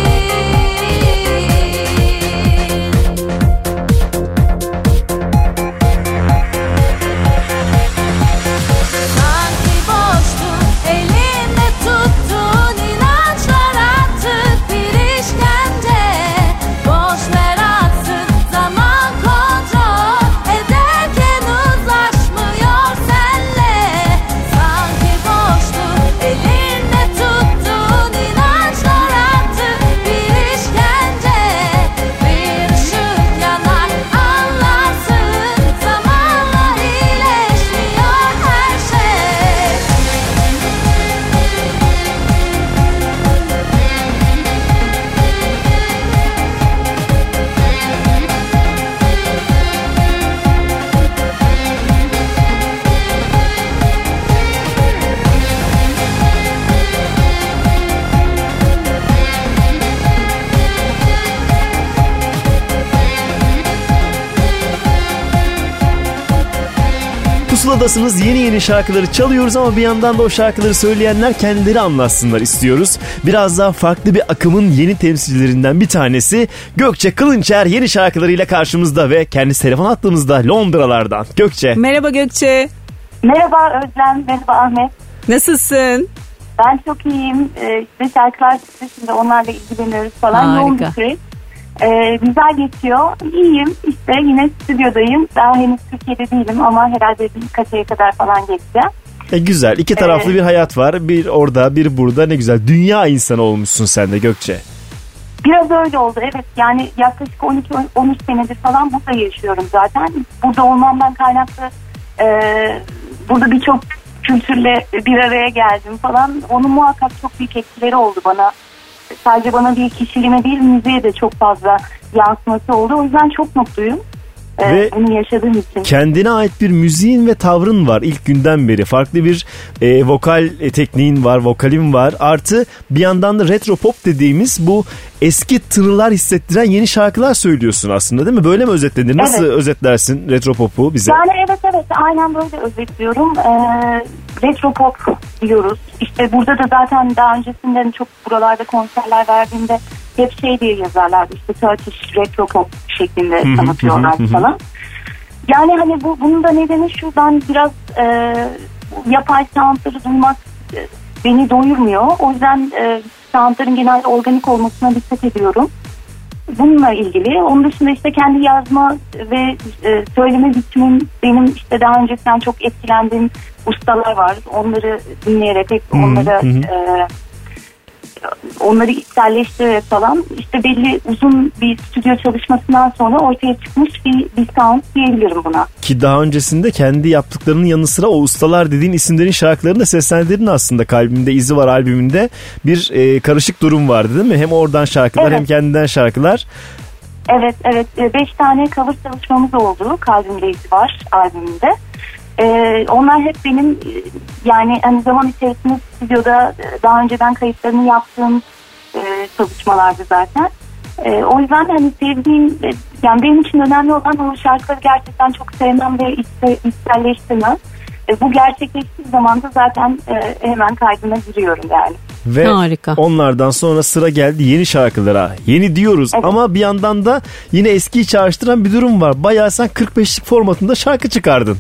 Sanki boştu elinde tuttuğun inançlar artık bir işkence. Boş ver aksın zaman kontrol ederken uzlaşmıyor senle. Sanki boştu elinde tuttuğun inançlar artık bir işkence. Bir ışık yanar anlarsın zamanla iyileşmiyor her şey. Pusuladasınız, yeni yeni şarkıları çalıyoruz ama bir yandan da o şarkıları söyleyenler kendileri anlatsınlar istiyoruz. Biraz daha farklı bir akımın yeni temsilcilerinden bir tanesi Gökçe Kılınçer yeni şarkılarıyla karşımızda ve kendisi telefon attığımızda Londralardan. Gökçe. Merhaba Gökçe. Merhaba Özlem, merhaba Ahmet. Nasılsın? Ben çok iyiyim. Ee, işte şarkılar çıktı, şimdi onlarla ilgileniyoruz falan. Harika. Yoğun bir süreç. Ee, güzel geçiyor. İyiyim. İşte yine stüdyodayım. Daha henüz Türkiye'de değilim ama herhalde birkaç aya kadar falan geçeceğim. E, güzel. İki taraflı ee, bir hayat var. Bir orada, bir burada. Ne güzel. Dünya insanı olmuşsun sen de Gökçe. Biraz öyle oldu. Evet. Yani yaklaşık on iki on üç senedir falan burada yaşıyorum zaten. Burada olmamdan kaynaklı e, burada birçok kültürle bir araya geldim falan. Onun muhakkak çok büyük etkileri oldu bana. sadece bana değil, kişiliğime değil, müziğe de çok fazla yansıması oldu. O yüzden çok mutluyum. Ve bunu yaşadığım için. Kendine ait bir müziğin ve tavrın var ilk günden beri. Farklı bir e, vokal e, tekniğin var, vokalin var. Artı bir yandan da retro pop dediğimiz bu eski tınılar hissettiren yeni şarkılar söylüyorsun aslında, değil mi? Böyle mi özetlenir? Nasıl evet. özetlersin retro pop'u bize? Yani evet evet aynen böyle özetliyorum. Ee, retro pop diyoruz. İşte burada da zaten daha öncesinde çok buralarda konserler verdiğimde hep şey diye yazarlardı. İşte Turkish retro pop şeklinde tanıtıyorlar falan. Yani hani bu bunun da nedeni şu, ben biraz e, yapay soundları duymak e, beni doyurmuyor. O yüzden e, soundların genelde organik olmasına dikkat ediyorum. Bununla ilgili. Onun dışında işte kendi yazma ve e, söyleme biçimim, benim işte daha öncesinden çok etkilendiğim ustalar var. Onları dinleyerek hep onlara e, onları içselleştirerek falan işte belli uzun bir stüdyo çalışmasından sonra ortaya çıkmış bir, bir sound diyebilirim buna. Ki daha öncesinde kendi yaptıklarının yanı sıra o ustalar dediğin isimlerin şarkılarını da seslendirdin aslında. Kalbimde İzi Var albümünde bir e, karışık durum vardı değil mi? Hem oradan şarkılar evet. hem kendinden şarkılar. Evet evet, beş tane cover çalışmamız oldu Kalbimde İzi Var albümünde. Ee, onlar hep benim yani hani zaman içerisinde stüdyoda daha önceden kayıtlarını yaptığım e, çalışmalardı zaten. E, o yüzden hani sevdiğim, yani benim için önemli olan o şarkıları gerçekten çok sevmem ve içselleştirmem. E, bu gerçekleştiği zaman da zaten e, hemen kaydına giriyorum yani. Ve harika. Onlardan sonra sıra geldi yeni şarkılara. Yeni diyoruz evet. ama bir yandan da yine eskiyi çağrıştıran bir durum var. Bayağı sen kırk beşlik formatında şarkı çıkardın.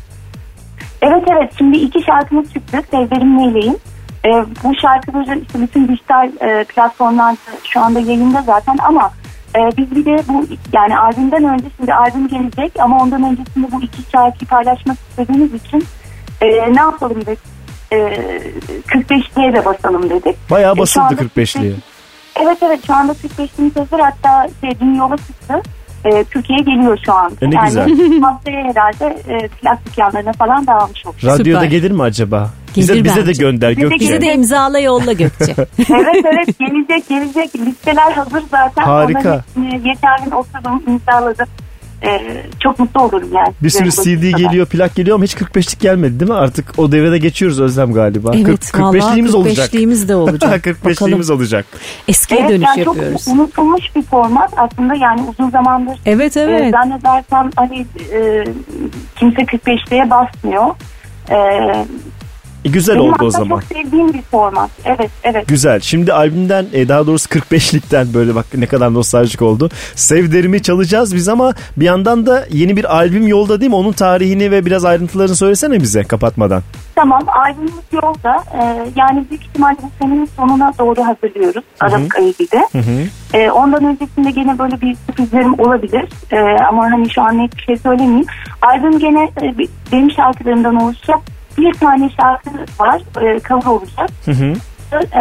Evet evet, şimdi iki şarkımız çıktı. Sevderim Neyleyim. E, bu şarkıları işte bütün dijital e, platformlarda şu anda yayında zaten ama e, biz bir de bu yani albümden önce, şimdi albüm gelecek ama ondan öncesinde bu iki şarkıyı paylaşmak istediğimiz için e, ne yapalım dedik. E, kırk beşliğe de basalım dedik. Bayağı basıldı e, kırk beşliğe. Evet evet, şu anda kırk beşliğimiz hazır, hatta şey, dün yola çıktı. E, Türkiye'ye geliyor şu an. E ne yani güzel. Haftaya herhalde e, plak dükkanlarına falan dağılmış olur. Radyoda Süper. Gelir mi acaba? Bize, Gelir bize de gönder Gökçe. Bize de imzala yolla Gökçe. evet evet, gelecek gelecek. Listeler hazır zaten. Harika. Geçen gün oturdum, imzaladım. Ee, çok mutlu olurum yani. Bir sürü C D geliyor, plak geliyor ama hiç kırk beşlik gelmedi değil mi? Artık o devrede geçiyoruz Özlem galiba. Evet, kırk beşliğimiz olacak. kırk beşliğimiz de olacak. kırk beşliğimiz olacak. Eskiye evet, dönüş yani yapıyoruz. Çok unutulmuş bir format aslında, yani uzun zamandır. Evet evet. E, zannedersem hani e, kimse kırk beşliğe basmıyor. Eee E güzel Benim oldu o zaman. Çok sevdiğim bir format. Evet, evet. Güzel. Şimdi albümden, daha doğrusu kırk beşlikten, böyle bak ne kadar nostaljik oldu. Sevderimi çalacağız biz ama bir yandan da yeni bir albüm yolda değil mi? Onun tarihini ve biraz ayrıntılarını söylesene bize kapatmadan. Tamam, albümümüz yolda. Ee, yani büyük ihtimalle bu senenin sonuna doğru hazırlıyoruz. Aralık ayı gibi. Ee, ondan öncesinde gene böyle bir sürprizlerim olabilir. Ee, ama hani şu an net bir şey söylemeyeyim. Albüm gene e, benim şarkılarımdan oluşacak. Bir tane şarkı var, e, cover olacak. Hı hı. E,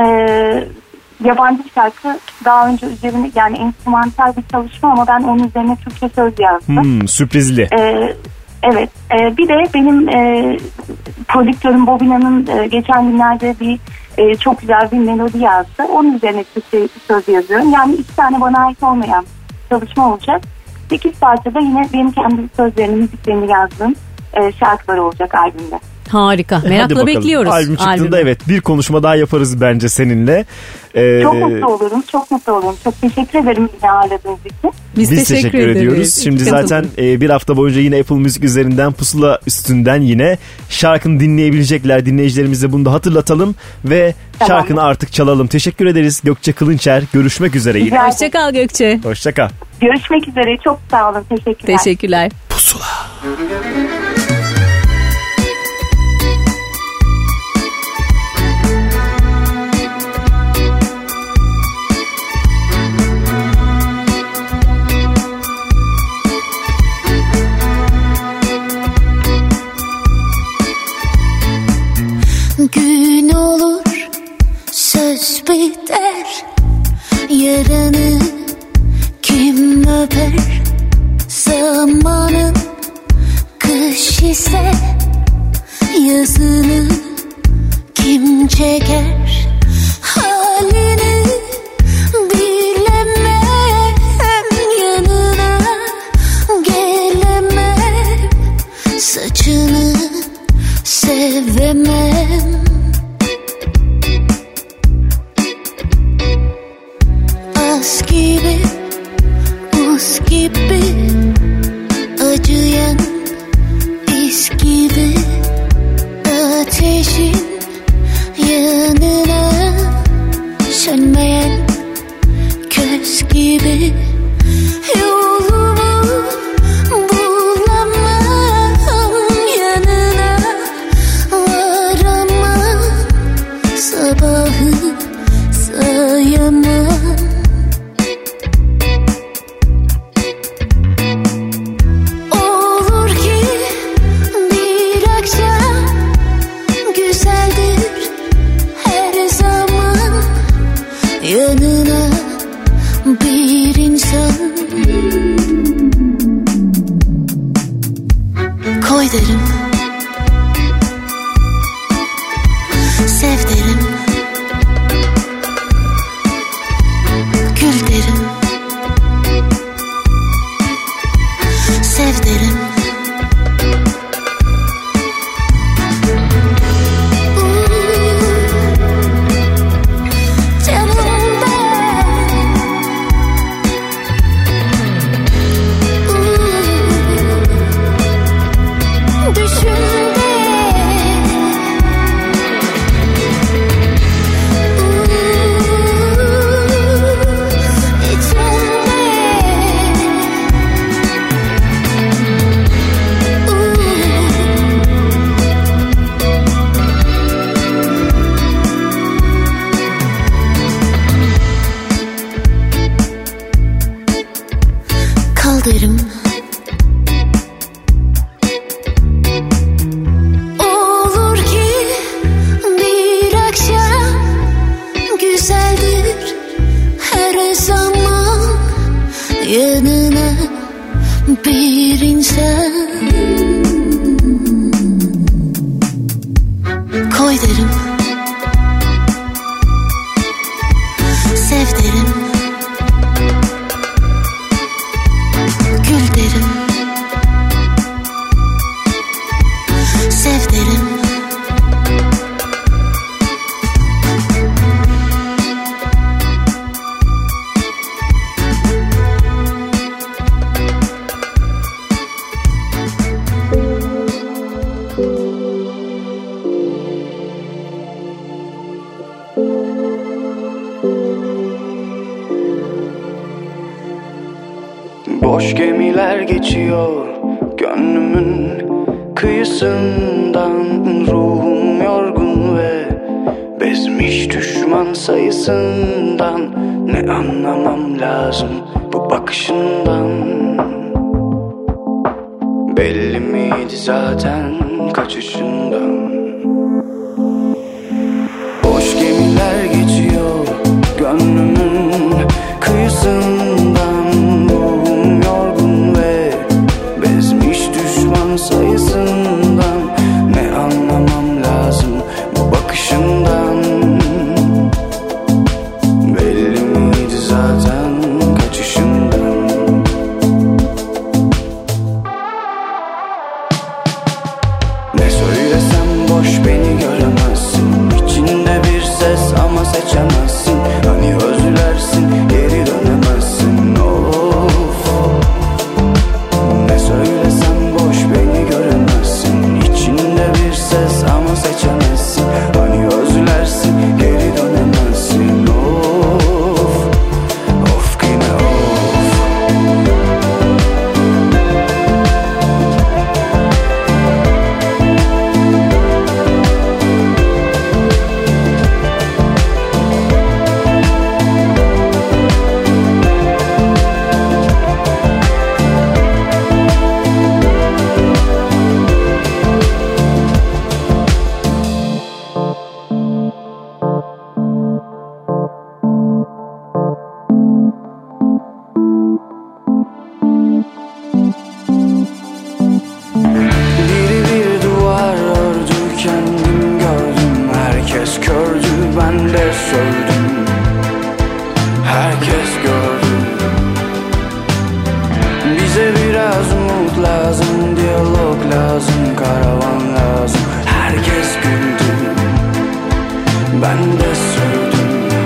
yabancı bir şarkı, daha önce üzerine, yani enstrümantal bir çalışma ama ben onun üzerine Türkçe söz yazdım. Hmm, sürprizli. E, evet, e, bir de benim e, prodüktörüm Bobina'nın e, geçen günlerde bir e, çok güzel bir melodi yazdı. Onun üzerine Türkçe söz yazıyorum. Yani iki tane bana ait olmayan çalışma olacak. sekiz parçada yine benim kendi sözlerini, müziklerini yazdığım e, şarkılar olacak albümde. Harika. Merakla bekliyoruz. Albüm çıktığında albümü. Evet, bir konuşma daha yaparız bence seninle. Ee, çok mutlu olurum. Çok mutlu olurum. Çok teşekkür ederim beni ağırladığınız için. Biz, Biz teşekkür, teşekkür ediyoruz. Şimdi zaten e, bir hafta boyunca yine Apple Müzik üzerinden, Pusula üstünden yine şarkını dinleyebilecekler. Dinleyicilerimize bunu da hatırlatalım ve tamam. şarkını artık çalalım. Teşekkür ederiz Gökçe Kılınçer. Görüşmek üzere yine. Hoşça kal Gökçe. Hoşça kal. Görüşmek üzere. Çok sağ olun. Teşekkürler. Teşekkürler. Pusula. Gün olur, söz biter, yaranı kim öper? Zamanın kış ise yazını kim çeker? Halini derim, sev derim, gül derim, sev derim. Derim. Olur ki bir akşam güzeldir her zaman yanına bir insan koy derim, sev derim, gül derim, sev derim. Boş gemiler geçiyor gönlümün kıyısından. Ruhum yorgun ve bezmiş düşman sayısından. Ne anlamam lazım bu bakışından. Belli miydi zaten kaçışından. Boş gemiler geçiyor gönlümün kıyısından. Sayısından ne anlamam lazım bu bakışından. Belli miydi zaten kaçışından. Ne söylesem boş, beni göremezsin. İçinde bir ses ama seçemezsin. Hani özlersin, geri dönemezsin. Of. Ne söylesem boş, beni göremezsin. İçinde bir ses ama seçemezsin. Hani özlersin, geri dönemezsin. Of, of yine of. Biri bir duvar ördü, kendim gördüm. Herkes kördü, ben de sövdüm. Herkes gördü. Bize biraz umut lazım, diyalog lazım, karavan lazım. Herkes güldü, ben de sövdüm.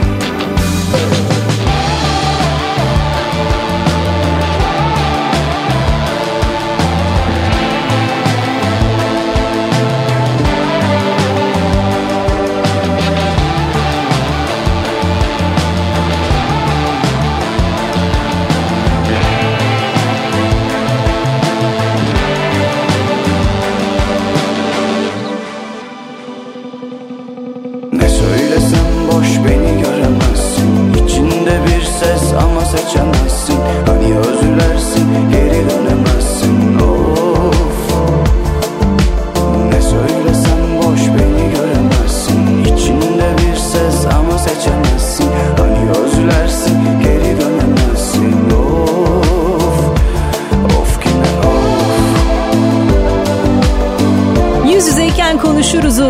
Ne söylesem boş, beni göremezsin. İçinde bir ses ama seçemezsin. Hani özlersin, geri dönemezsin. Of. Ne söylesem boş, beni göremezsin. İçinde bir ses ama seçemezsin. Hani özlersin, geri dönemezsin. Of, of yine of.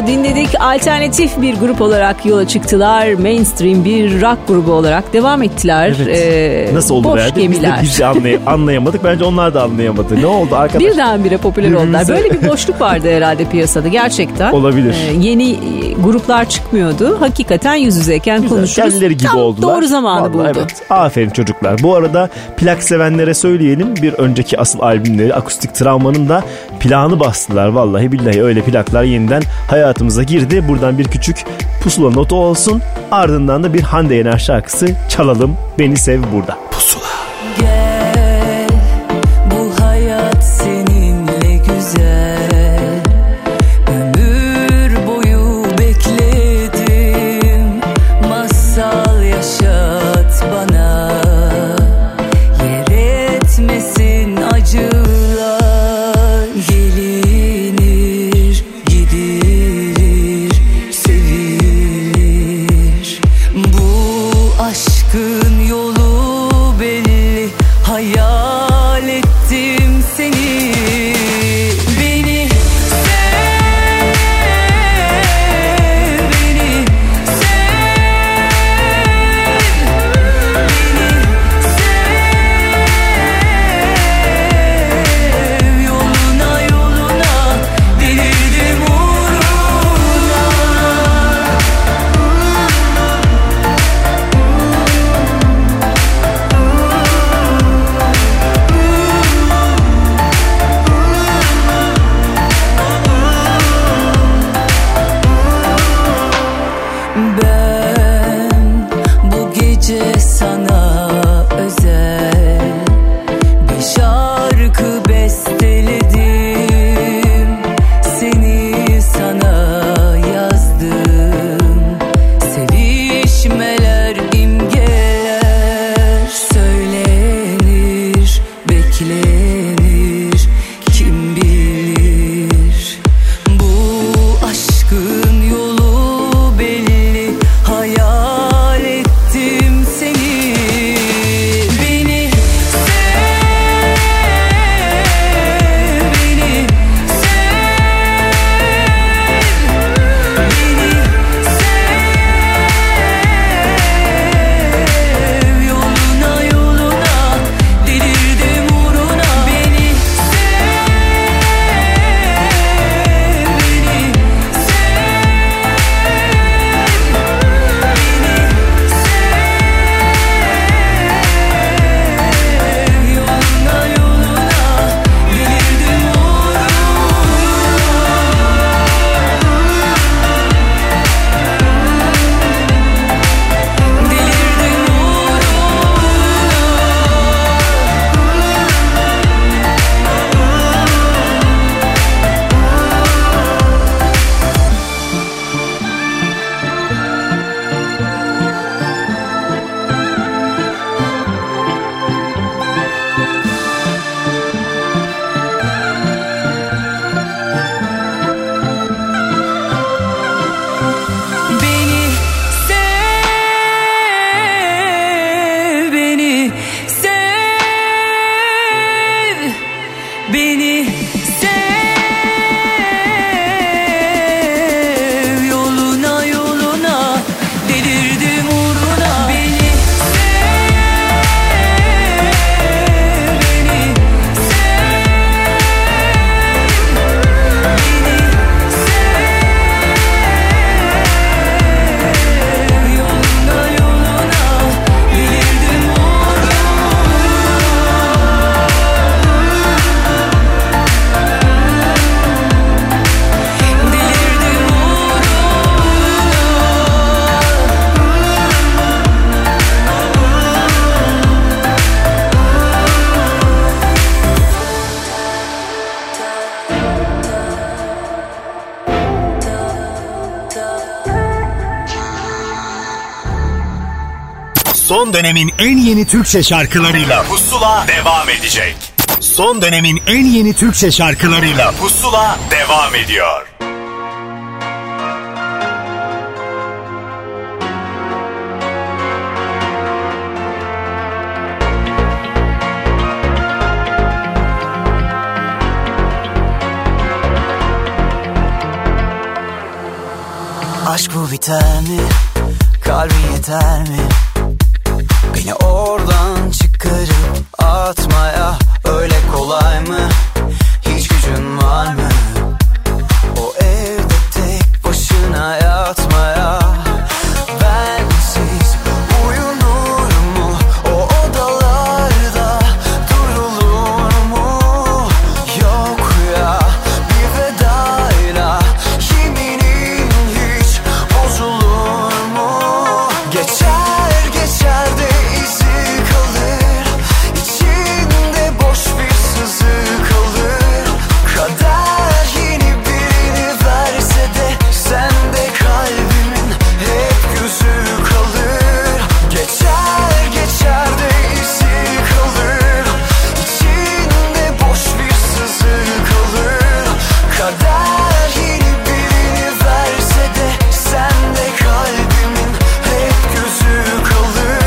Pusulu dinledik. Alternatif bir grup olarak yola çıktılar. Mainstream bir rock grubu olarak devam ettiler. Evet. Ee, Nasıl oldu boş be? gemiler. Biz de, biz de anlay- anlayamadık. Bence onlar da anlayamadı. Ne oldu arkadaş? Birdenbire popüler oldular. Böyle bir boşluk vardı herhalde piyasada gerçekten. Olabilir. Ee, yeni gruplar çıkmıyordu. Hakikaten yüz yüzeyken konuşuruz. Kendileri gibi Tam oldular. doğru zamanı Vallahi buldu. Evet. Aferin çocuklar. Bu arada plak sevenlere söyleyelim. Bir önceki asıl albümleri Akustik Travma'nın da plağını bastılar. Vallahi billahi öyle plaklar yeniden hayatımıza girdi. Buradan bir küçük pusula notu olsun. Ardından da bir Hande Yener şarkısı çalalım. Beni Sev burada. Pusula. Gel, bu hayat seninle güzel. Ömür boyu bekledim. Masal yaşat bana. Yer etmesin acılar. Gelinir, gidilir, sevilir. Bu aşkın yolu belli. Hayal ettim seni. Beni sev, beni sev, beni sev. Yoluna yoluna delirdim uğruna. Ben bu gece sana özel bir şarkı besteledim. Seni sana yazdım. Sevişmeler, imgeler söylenir, beklenir. Kim bilir bu aşkın yolu belli. Hayal ettim seni. Beni sev, beni sev, beni sev. Yoluna yoluna delirdim uğruna. Beni sev, beni yoluna yoluna delirdim uğruna. Delirdim Beni sev, beni sev, beni sev. Yoluna yoluna delirdim uğruna. Beni sev, beni yoluna yoluna delirdim uğruna. Delirdim Son dönemin en yeni Türkçe şarkılarıyla Pusula devam edecek. Son dönemin en yeni Türkçe şarkılarıyla Pusula devam ediyor. Aşk bu biter mi? Kalbin yeter mi? Beni oradan çıkarıp atmaya öyle kolay mı? Hiç gücün var mı? O evde tek başına yatmaya. Bensiz uyunur mu? O odalarda durulur mu? Yok ya bir vedayla yeminin hiç bozulur mu? Geçer geçer de izi kalır, İçinde boş bir sızı kalır. Kader yeni birini verse de sende kalbimin hep gözü kalır. Geçer geçer de izi kalır, İçinde boş bir sızı kalır. Kader yeni birini verse de sende kalbimin hep gözü kalır.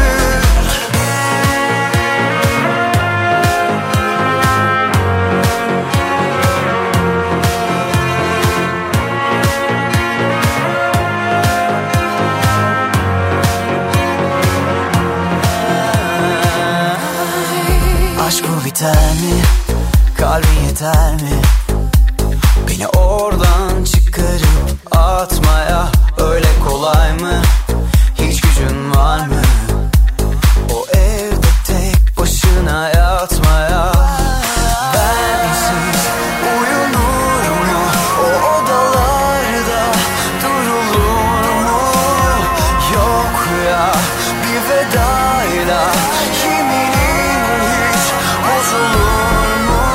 Aşk bu biter mi? Kalbin yeter mi? Beni oradan çıkarıp atmaya öyle kolay mı? Hiç gücün var mı? O evde tek başına yatmaya. Bensiz uyunur mu? O odalarda durulur mu? Yok ya bir vedayla yeminin hiç bozulur mu?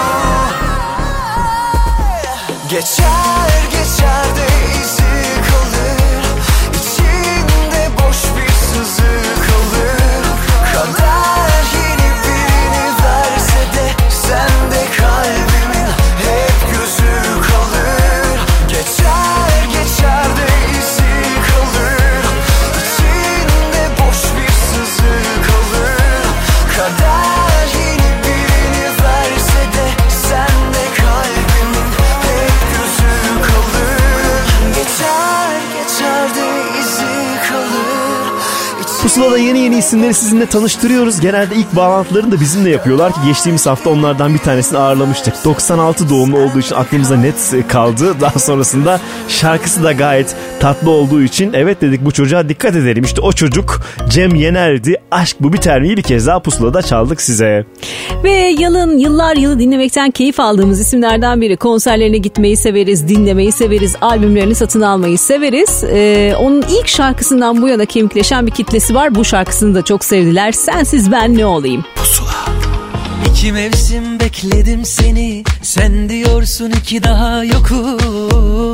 Geçer geçer de izi kalır, İçinde boş bir sızı kalır. Kader yeni birini verse de sende kalbimin hep gözü kalır. Geçer geçer de izi kalır, İçinde boş bir sızı kalır. Kader yeni birini verse de sende kalbimin hep gözü kalır. Geçer geçer de izi kalır. Pusula'da yeni yeni isimleri sizinle tanıştırıyoruz. Genelde ilk bağlantılarını da bizimle yapıyorlar ki geçtiğimiz hafta onlardan bir tanesini ağırlamıştık. doksan altı doğumlu olduğu için aklımıza net kaldı. Daha sonrasında şarkısı da gayet tatlı olduğu için evet dedik, bu çocuğa dikkat edelim. İşte o çocuk Cem Yener'di. Aşk bu biter mi'yi bir kez daha Pusula'da çaldık size. Ve yılın yıllar yılı dinlemekten keyif aldığımız isimlerden biri. Konserlerine gitmeyi severiz, dinlemeyi severiz, albümlerini satın almayı severiz. Ee, onun ilk şarkısından bu yana kemikleşen bir kitlesi var. Bu şarkısını da çok sevdiler. Sensiz ben ne olayım? Pusula. İki mevsim bekledim seni, sen diyorsun ki daha yokum.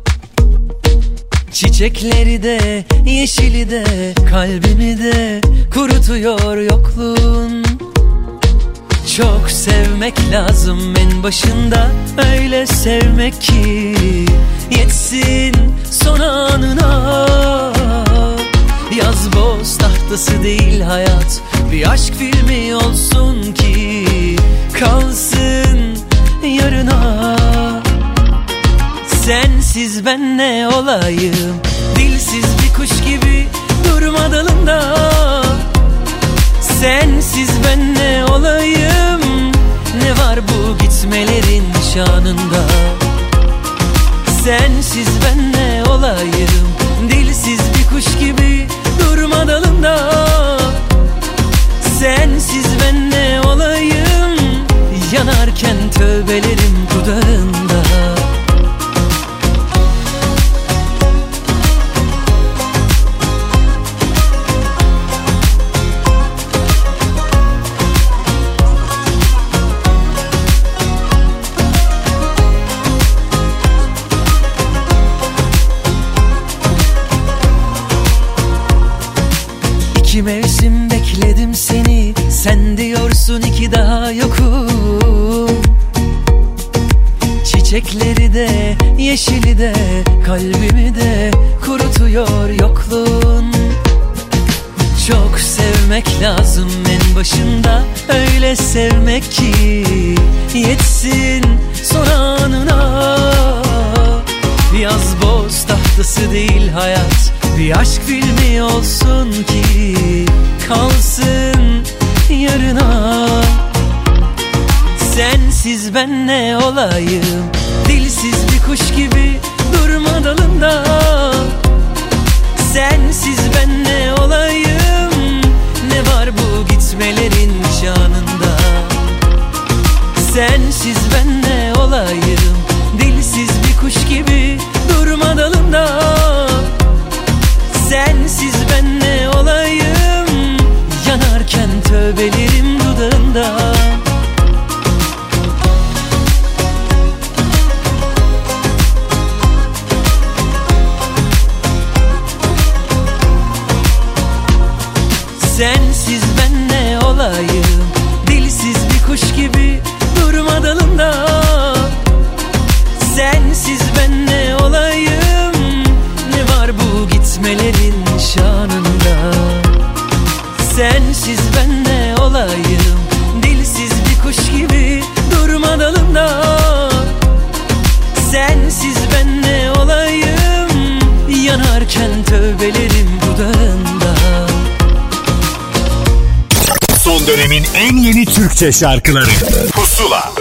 Çiçekleri de yeşili de kalbimi de kurutuyor yokluğun. Çok sevmek lazım en başında, öyle sevmek ki yetsin son anına. Yaz boz tahtası değil hayat, bir aşk filmi olsun ki kalsın yarına. Sensiz ben ne olayım, dilsiz bir kuş gibi durma dalında. Sensiz ben ne olayım, ne var bu gitmelerin şanında. Sensiz ben ne olayım, dilsiz bir kuş gibi durma dalında. Sensiz ben ne olayım, yanarken tövbelerim dudağında. İki mevsim bekledim seni, sen diyorsun ki daha yokum. Çiçekleri de yeşili de kalbimi de kurutuyor yokluğun. Çok sevmek lazım en başında, öyle sevmek ki yetsin son anına. Yaz boz tahtası değil hayat, bir aşk filmi olsun ki kalsın yarına. Sensiz ben ne olayım, dilsiz bir kuş gibi durma dalında. Sensiz ben ne olayım, ne var bu gitmelerin şanında. Sensiz ben ne olayım, dilsiz bir kuş gibi durma dalında. Sensiz ben ne olayım, yanarken tövbelerim dudağında. Sensiz ben ne olayım, dilsiz bir kuş gibi durma dalında. Sensiz ben ne olayım, ne var bu gitmelerin şanında. Sensiz ben ne olayım, dilsiz bir kuş gibi durma dalında. Sensiz ben ne olayım, yanarken tövbelerim dudağında. Son dönemin en yeni Türkçe şarkıları Pusula.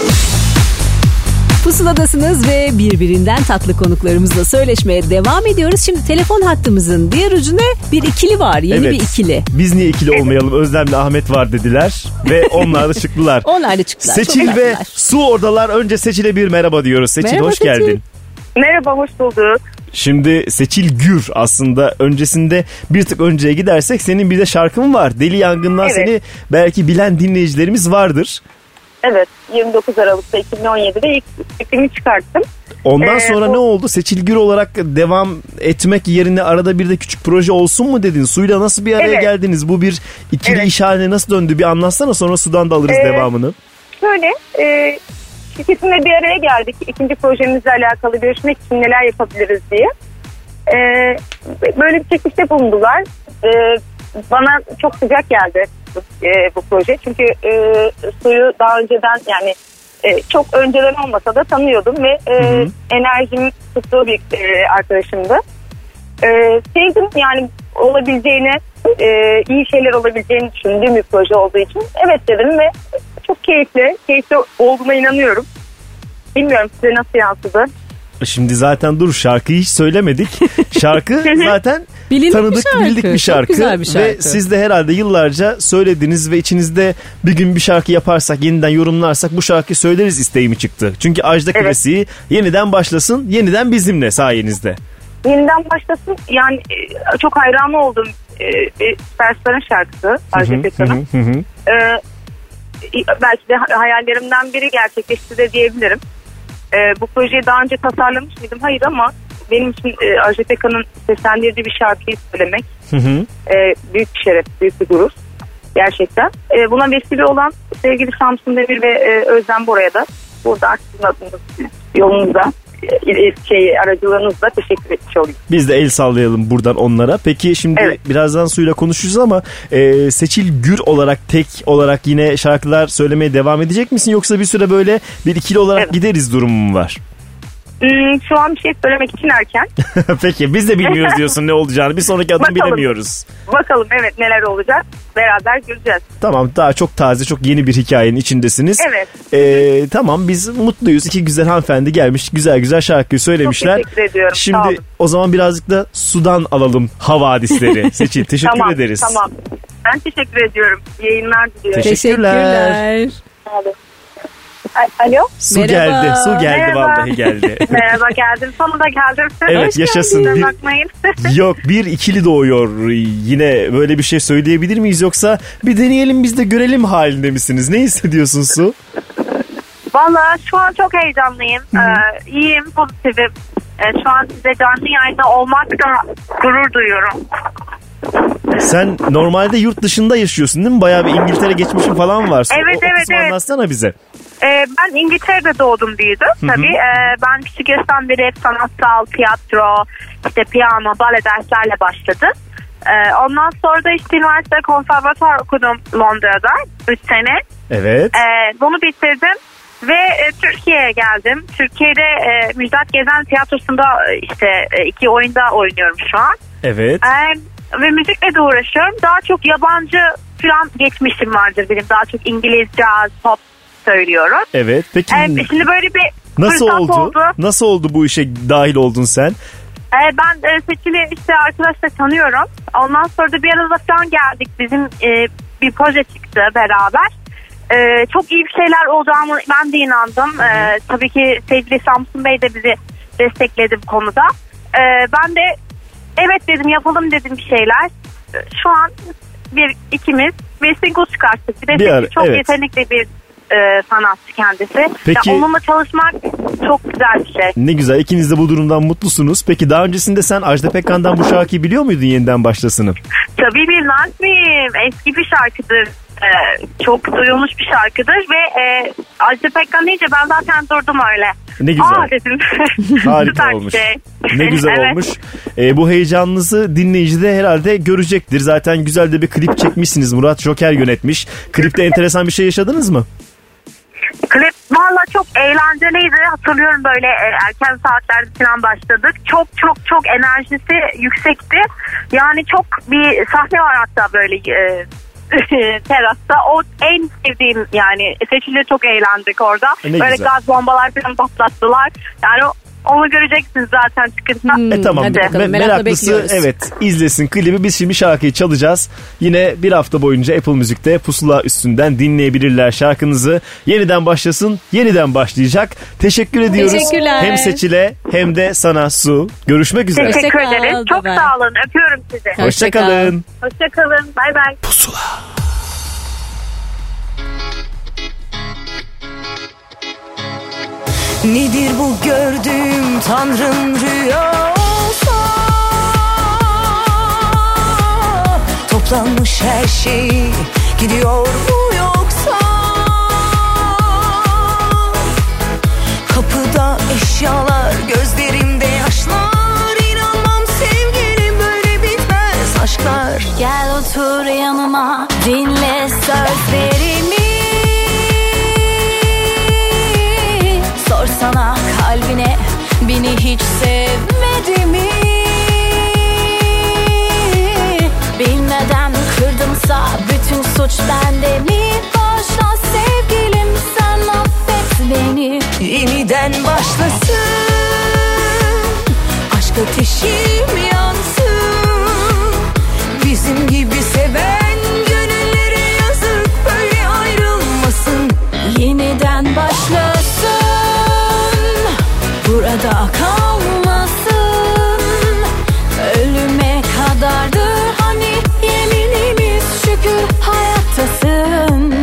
Pusuladasınız ve birbirinden tatlı konuklarımızla söyleşmeye devam ediyoruz. Şimdi telefon hattımızın diğer ucunda bir ikili var. Yeni Evet. bir ikili. Biz niye ikili olmayalım? Özlem'le Ahmet var dediler ve onlar da çıktılar. Onlar da çıktılar. Seçil Çok ve tatlılar. Su oradalar. Önce Seçil'e bir merhaba diyoruz. Seçil Merhaba hoş Seçil. geldin. Merhaba, hoş bulduk. Şimdi Seçil Gür aslında öncesinde bir tık önceye gidersek senin bir de şarkın var. Deli Yangın'dan Evet. seni belki bilen dinleyicilerimiz vardır. Evet, yirmi dokuz Aralık'ta iki bin on yedide ilk fikrimi çıkarttım. Ondan Ee, sonra bu- ne oldu? Seçil Gür olarak devam etmek yerine arada bir de küçük proje olsun mu dedin? Su'yla nasıl bir araya Evet. geldiniz? Bu bir ikili Evet. iş haline nasıl döndü? Bir anlatsana, sonra Su'dan da alırız Ee, devamını. Şöyle, e, şirketimle bir araya geldik. İkinci projemizle alakalı görüşmek için neler yapabiliriz diye. E, böyle bir teklifte bulundular. E, bana çok sıcak geldi bu, e, bu proje. Çünkü e, Su'yu daha önceden, yani e, çok önceden olmasa da tanıyordum ve e, Hı hı. enerjimi tuttuğu bir e, arkadaşımdı. E, sevdim, yani olabileceğini, e, iyi şeyler olabileceğini düşündüğüm bir proje olduğu için evet dedim ve çok keyifli, keyifli olduğuna inanıyorum. Bilmiyorum size nasıl yansıdı. Şimdi zaten dur, şarkıyı hiç söylemedik. Şarkı zaten Bilindik tanıdık, bir şarkı. bildik bir Çok şarkı. güzel bir şarkı. Ve siz de herhalde yıllarca söylediniz ve içinizde bir gün bir şarkı yaparsak, yeniden yorumlarsak bu şarkıyı söyleriz isteğimi çıktı. Çünkü Ajda Evet. Klasiği yeniden başlasın, yeniden bizimle sayenizde. Yeniden başlasın, yani e, çok hayran olduğum e, bir süperstarın şarkısı Ajda Pekkan'ın. Hı hı hı. Ee, belki de hayallerimden biri gerçekleşti de diyebilirim. Ee, bu projeyi daha önce tasarlamış mıydım? Hayır, ama benim için e, Ajda Pekkan'ın seslendirdiği bir şarkıyı söylemek Hı hı. e, büyük bir şeref, büyük bir gurur gerçekten. E, buna vesile olan sevgili Samsun Demir ve e, Özlem Bora'ya da burada sizin adınız, yolunuzda, e, şey, aracılığınızla teşekkür etmiş olayım. Biz de el sallayalım buradan onlara. Peki şimdi Evet. birazdan Su'yla konuşacağız ama e, Seçil Gür olarak, tek olarak yine şarkılar söylemeye devam edecek misin? Yoksa bir süre böyle bir ikili olarak gideriz durumum var. Hmm, şu an bir şey söylemek için erken. Peki, biz de bilmiyoruz diyorsun ne olacağını. Bir sonraki adım Bakalım. bilemiyoruz. Bakalım, evet, neler olacak beraber göreceğiz. Tamam, daha çok taze, çok yeni bir hikayenin içindesiniz. Evet. Ee, tamam, biz mutluyuz. İki güzel hanımefendi gelmiş, güzel güzel şarkıyı söylemişler. Çok teşekkür ediyorum. Sağ Şimdi olun. o zaman birazcık da Su'dan alalım havadisleri. Seçil, teşekkür tamam, ederiz. Tamam. Ben teşekkür ediyorum. İyi yayınlar diliyorum. Teşekkürler. Sağ olun. A- Alo. Su geldi, su geldi, Merhaba. vallahi geldi. Merhaba, geldim. Sonunda geldim. Evet, Hoş yaşasın. geldiniz, Bir- bakmayın. Yok, bir ikili doğuyor. Yine böyle bir şey söyleyebilir miyiz, yoksa bir deneyelim biz de görelim halinde misiniz? Ne hissediyorsun Su? Valla şu an çok heyecanlıyım. Ee, iyiyim, pozitifim. Ee, şu an size canlı yayında olmakla gurur duyuyorum. Sen normalde yurt dışında yaşıyorsun değil mi? Bayağı bir İngiltere geçmişin falan var. Evet, o, o evet, kısmı evet. anlatsana bize. Ee, ben İngiltere'de doğdum, büyüdüm. Hı hı. Tabii ee, ben küçük yaştan beri hep sanatsal, tiyatro, işte piyano, bale derslerle başladı. Ee, ondan sonra da işte üniversite konservatuvar okudum Londra'da üç sene. Evet. Ee, bunu bitirdim Ve e, Türkiye'ye geldim. Türkiye'de e, Müjdat Gezen Tiyatrosu'nda e, işte e, iki oyunda oynuyorum şu an. Evet. E, ve müzikle de uğraşıyorum. Daha çok yabancı falan geçmişim vardır benim. Daha çok İngiliz, caz, pop söylüyorum. Evet. Peki E, şimdi böyle bir nasıl fırsat oldu? oldu. Nasıl oldu bu işe dahil oldun sen? E, ben e, Seçil'i işte arkadaşla tanıyorum. Ondan sonra da bir arada falan geldik. Bizim e, bir proje çıktı beraber. Ee, çok iyi bir şeyler olacağını ben de inandım. Ee, tabii ki sevgili Samsun Bey de bizi destekledi bu konuda. Ee, ben de evet dedim, yapalım dedim bir şeyler. Ee, şu an bir ikimiz bir single çıkarttık. Bir de Bir ara, çok evet. yetenekli bir e, sanatçı kendisi. Peki- Yani onunla çalışmak çok güzel bir şey. Ne güzel, ikiniz de bu durumdan mutlusunuz. Peki daha öncesinde sen Ajda Pekkan'dan bu şarkıyı biliyor muydun, Yeniden Başlasın'ı? Tabii bilmez miyim? Eski bir şarkıdır. Ee, çok duyulmuş bir şarkıdır ve e, Ajda Pekkan deyince ben zaten durdum öyle. Ne güzel. Aa dedim. Harika Süper olmuş. bir şey. Ne güzel Evet. olmuş. Ee, bu heyecanınızı dinleyici de herhalde görecektir. Zaten güzel de bir klip çekmişsiniz. Murat Joker yönetmiş. Klipte enteresan bir şey yaşadınız mı? Klip valla çok eğlenceliydi. Hatırlıyorum böyle e, erken saatlerde falan başladık. Çok çok çok enerjisi yüksekti. Yani çok bir sahne var hatta böyle e, terasta. O en sevdiğim yani. Seçil'le çok eğlendik orada. Ne böyle güzel. gaz bombalar falan patlattılar. Yani o- onu göreceksiniz zaten çıkınca. E tamam. hadi bakalım, Me- merakla meraklısı bekliyoruz. evet izlesin klibi. Biz şimdi şarkıyı çalacağız. Yine bir hafta boyunca Apple Müzik'te Pusula üstünden dinleyebilirler şarkınızı. Yeniden başlasın, yeniden başlayacak. Teşekkür ediyoruz. Teşekkürler. Hem Seçil'e hem de sana Su. Görüşmek üzere. Teşekkür Hoşça kal, ederim. Çok bye. sağ olun. Öpüyorum sizi. Hoşçakalın. Hoşçakalın. Bay bay. Nedir bu gördüğüm Tanrım rüya olsa, toplanmış her şey gidiyor mu yoksa, kapıda eşyalar gözlerimde yaşlar, inanmam sevgilim böyle bitmez aşklar. Gel otur yanıma, dinle sözlerimi. Sorsana kalbine, beni hiç sevmedi mi? Bilmeden kırdımsa bütün suç bende mi? Bağışla sevgilim, sen affet beni. Yeniden başlasın, aşk ateşim yansın. Bizim gibi seven gönüllere yazık, böyle ayrılmasın. Yeniden başlasın, burada kalmasın. Ölüme kadardır hani yeminimiz, şükür hayattasın.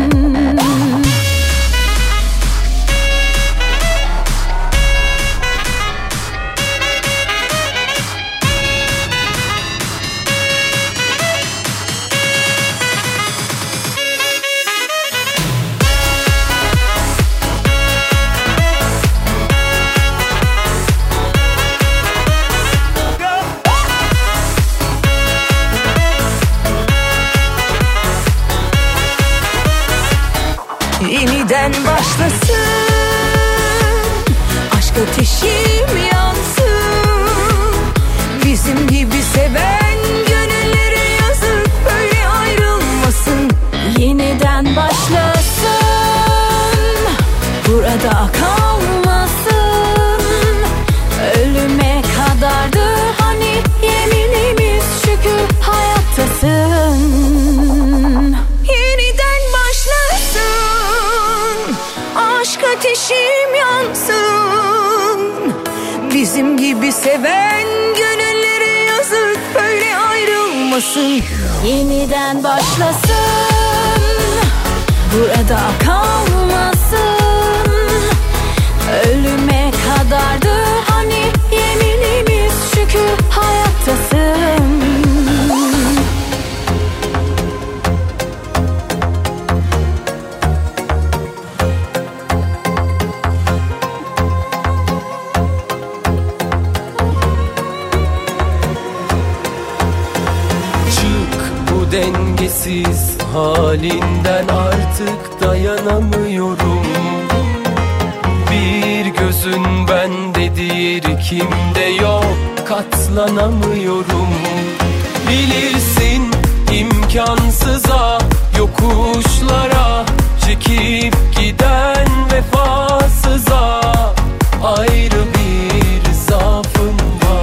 Yeniden başlasın, aşk ateşim yansın. Bizim gibi seven gönüllere yazık, böyle ayrılmasın. Yeniden başlasın, burada kalmasın. Ölüme kadardır hani yeminimiz, şükür hayattasın. Yeniden başlasın, aşk ateşim yansın. Bizim gibi seven gönüllere yazık, böyle ayrılmasın. Yeniden başlasın, burada kalmasın. Ölüme kadardır hani yeminimiz, şükür hayattasın. Bu dengesiz halinden artık dayanamıyorum. gözün bende, diğeri kimde yok. Katlanamıyorum. Bilirsin imkansıza, yokuşlara çekip giden vefasıza ayrı bir zaafım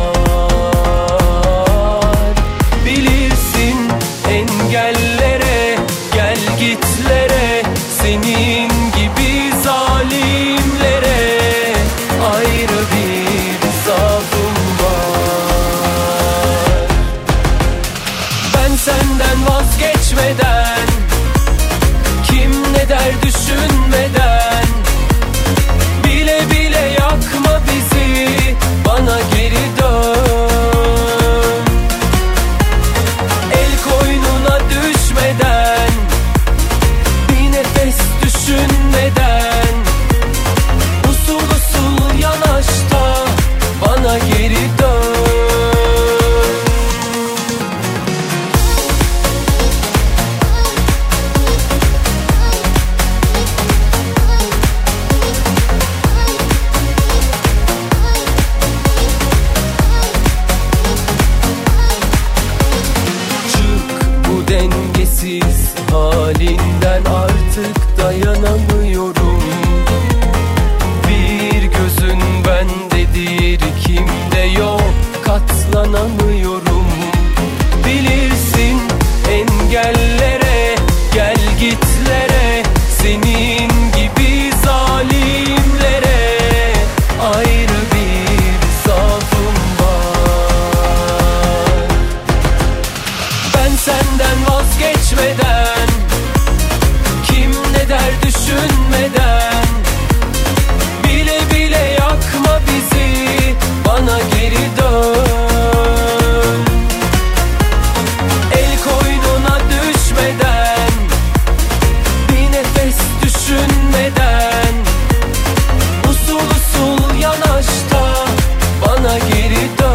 var. Bilirsin engellere, gel gitlere, senin gibi zalimlere ayrı bir zaafım var. Ben senden vazgeçmeden, kim ne der düşünmeden, bile bile yakma bizi, bana geri dön. El koynuna düşmeden, bir nefes düşünmeden, usul usul yanaş da bana geri dön. Dengesiz halinden artık dayanamıyorum. Bir gözün bende, diğeri kimde yok. Katlanamıyorum. Bilirsin engellere, gel gitlere, senin gibi zalimlere ayrı bir zaafım var. Ben senden vazgeçmeden, kim ne der düşünmeden, bile bile yakma bizi, bana geri dön. El koynuna düşmeden, bir nefes düşünmeden, usul usul yanaş da bana geri dön.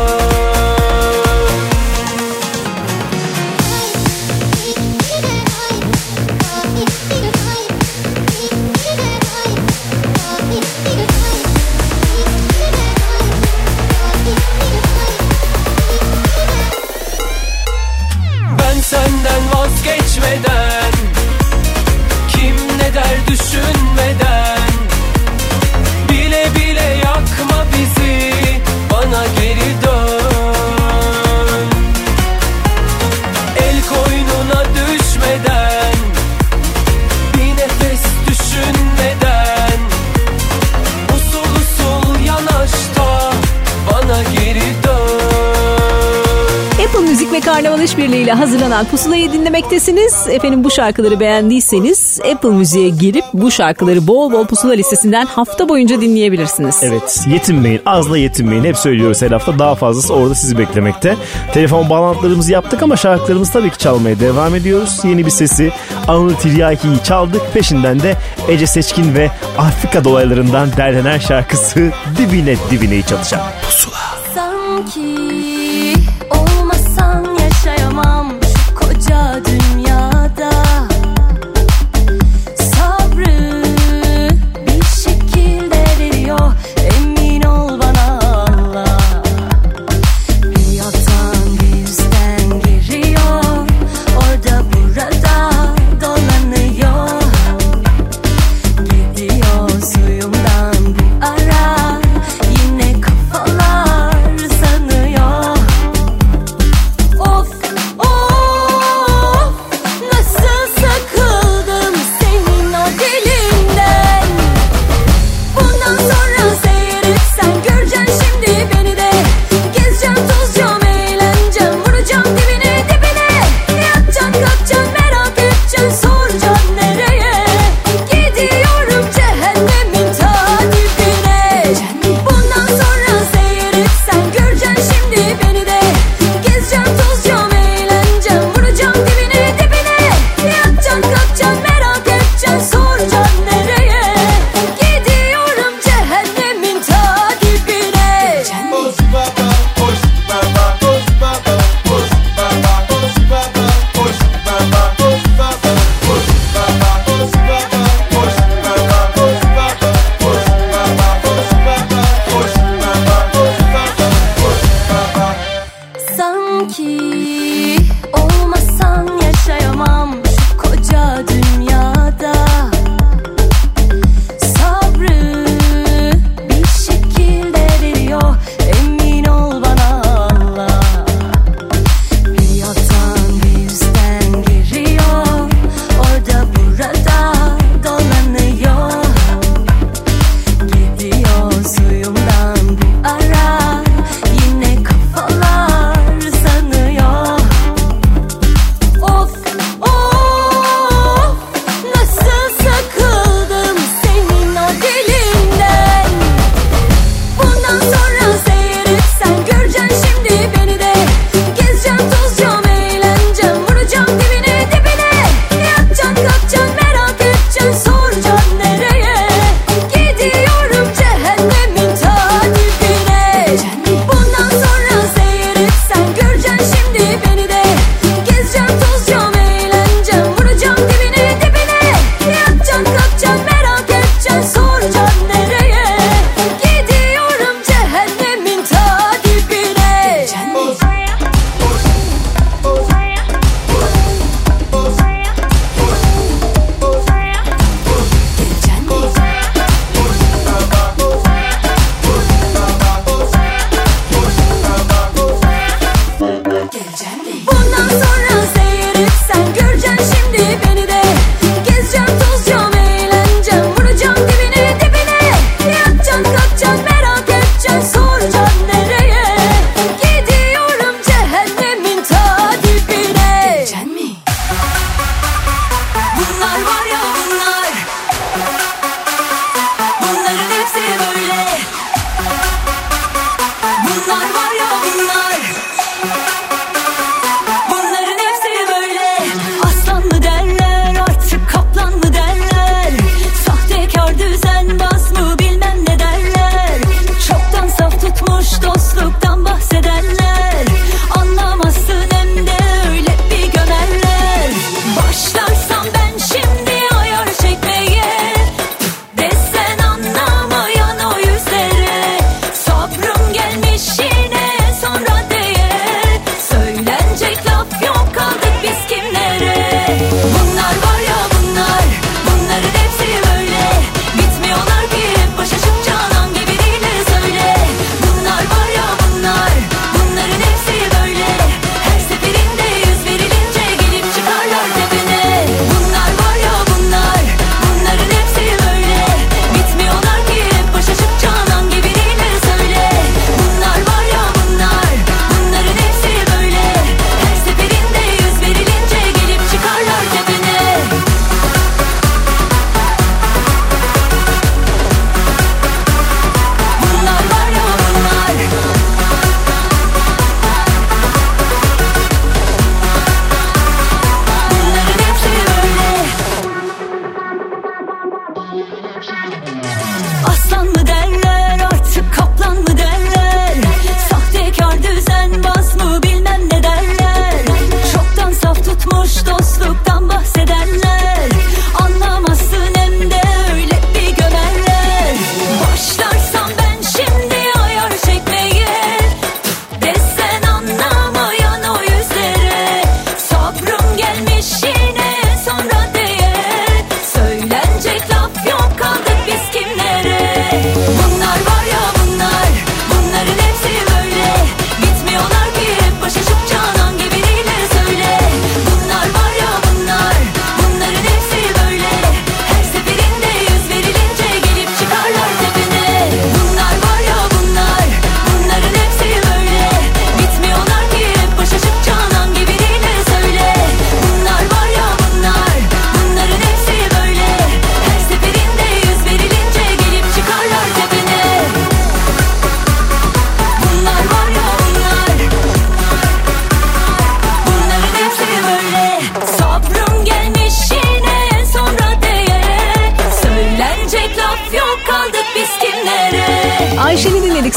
Ben senden vazgeçmeden, kim ne der düşünmeden, bile bile yakma bizi, bana geri dön. El koynuna düşmeden, bir nefes düşünmeden, usul usul yanaş da bana geri dön. Apple Müzik ve Karnaval İşbirliği ile hazırlanan Pusulayı dinlemektesiniz. Efendim bu şarkıları beğendiyseniz Apple Müziğe girip bu şarkıları bol bol Pusula listesinden hafta boyunca dinleyebilirsiniz. Evet, yetinmeyin, azla yetinmeyin. Hep söylüyoruz her hafta, daha fazlası orada sizi beklemekte. Telefon bağlantılarımızı yaptık ama şarkılarımızı tabii ki çalmaya devam ediyoruz. Yeni bir sesi Anıl Tiryaki'yi çaldık. Peşinden de Ece Seçkin ve Afrika dolaylarından derlenen şarkısı Dibine Dibine'yi çalacağım. Pusula. Sanki olmasan yaşayamam şu koca dünyada. Sabrı bir şekilde veriyor, emin ol bana Allah. Bir yattan bir yüzden giriyor, orada burada dolanıyor. Gidiyor suyumdan bir ara, yine kafalar sanıyor.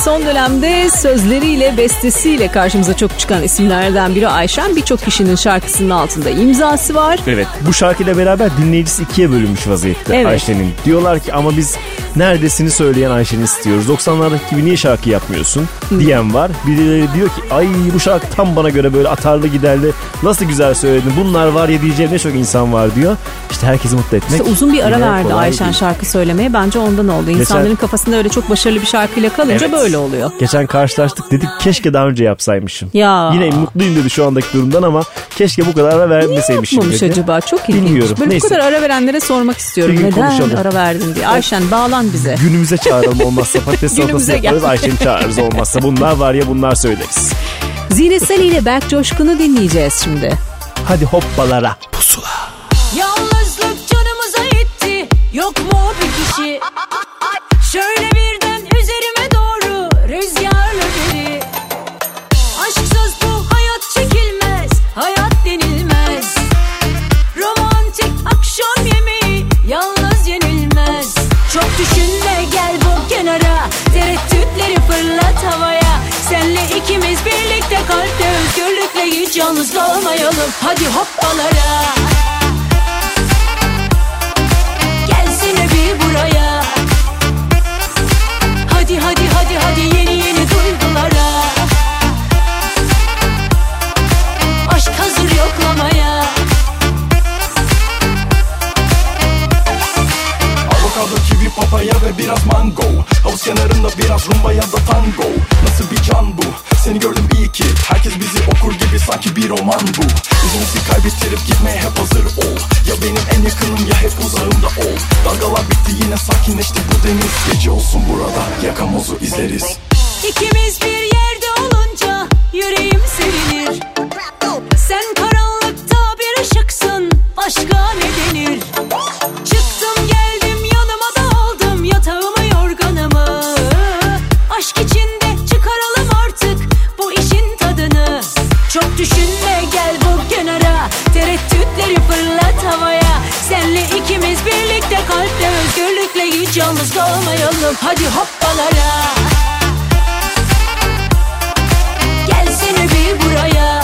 son dönemde sözleriyle, bestesiyle karşımıza çok çıkan isimlerden biri Ayşen. Birçok kişinin şarkısının altında imzası var. Evet, bu şarkıyla beraber dinleyicisi ikiye bölünmüş vaziyette evet. Ayşen'in. Diyorlar ki ama biz neredesini söyleyen Ayşen'i istiyoruz. doksanlardaki gibi niye şarkı yapmıyorsun diyen var. Birileri diyor ki ay bu şarkı tam bana göre böyle atarlı giderli. Nasıl güzel söyledin. Bunlar var ya diyeceğim ne çok insan var diyor. İşte herkesi mutlu etmek. İşte uzun bir ara verdi Ayşen değil. Şarkı söylemeye. Bence ondan oldu. İnsanların Geçen... kafasında öyle çok başarılı bir şarkıyla kalınca evet. böyle oluyor. Geçen karşılaştık, dedik keşke daha önce yapsaymışım. Ya. Yine mutluyum dedi şu andaki durumdan ama keşke bu kadar ara vermeseymişim dedi. Niye yapmamış acaba? Çok ilginç. Bilmiyorum. Böyle Neyse. bu kadar ara verenlere sormak istiyorum. Neden konuşalım. Ara verdin diye. Ayşen bağlan bize. Günümüze çağıralım olmazsa patates salatası yaparız. Ayşen'i çağırırız olmazsa. Bunlar var ya bunlar söyleriz. Zinet Salih ile Berk Coşkun'u dinleyeceğiz şimdi. Hadi hoppalara. Pusula. Yalnızlık canımıza itti. Yok mu bir kişi? Şöyle birden üzerime doğru rüzgarla biri. Aşksız bu hayat çekilmez, hayat denilmez. Romantik akşam yemeği yalnız yenilmez. Çok düşünme gel bu kenara, tereddütleri fırlat havaya. Senle ikimiz birlikte kalpte özgürlükle hiç yalnız kalmayalım. Hadi hoppalara. Gelsene bir buraya. Hadi hadi hadi hadi yeni yeni duygulara. Aşk hazır yoklamaya. Avokado, kivi, papaya ve biraz mango. Havuz kenarında biraz rumba ya da tango. Nasıl bir can bu? Seni gördüm iyi ki. Herkes bizi okur gibi sanki bir roman bu. Üzümüzü kaybettirip gitmeye hep hazır ol. Ya benim en yakınım ya hep uzağımda ol. Dalgalar bitti yine sakinleşti bu deniz. Gece olsun burada yakamozu izleriz. İkimiz bir yerde olunca yüreğim sevinir. Sen karanlıkta bir ışıksın, başka ne denir? Çıktım geldim yanıma da aldım yatağımı yorganımı. Aşk içinde çıkaralım artık bu işin tadını. Çok düşünme gel bu kenara, tereddütleri fırlat havaya. Senle ikimiz birlikte kalpte özgürlükle hiç yalnız kalmayalım. Hadi hoppalara. Gelsene bir buraya.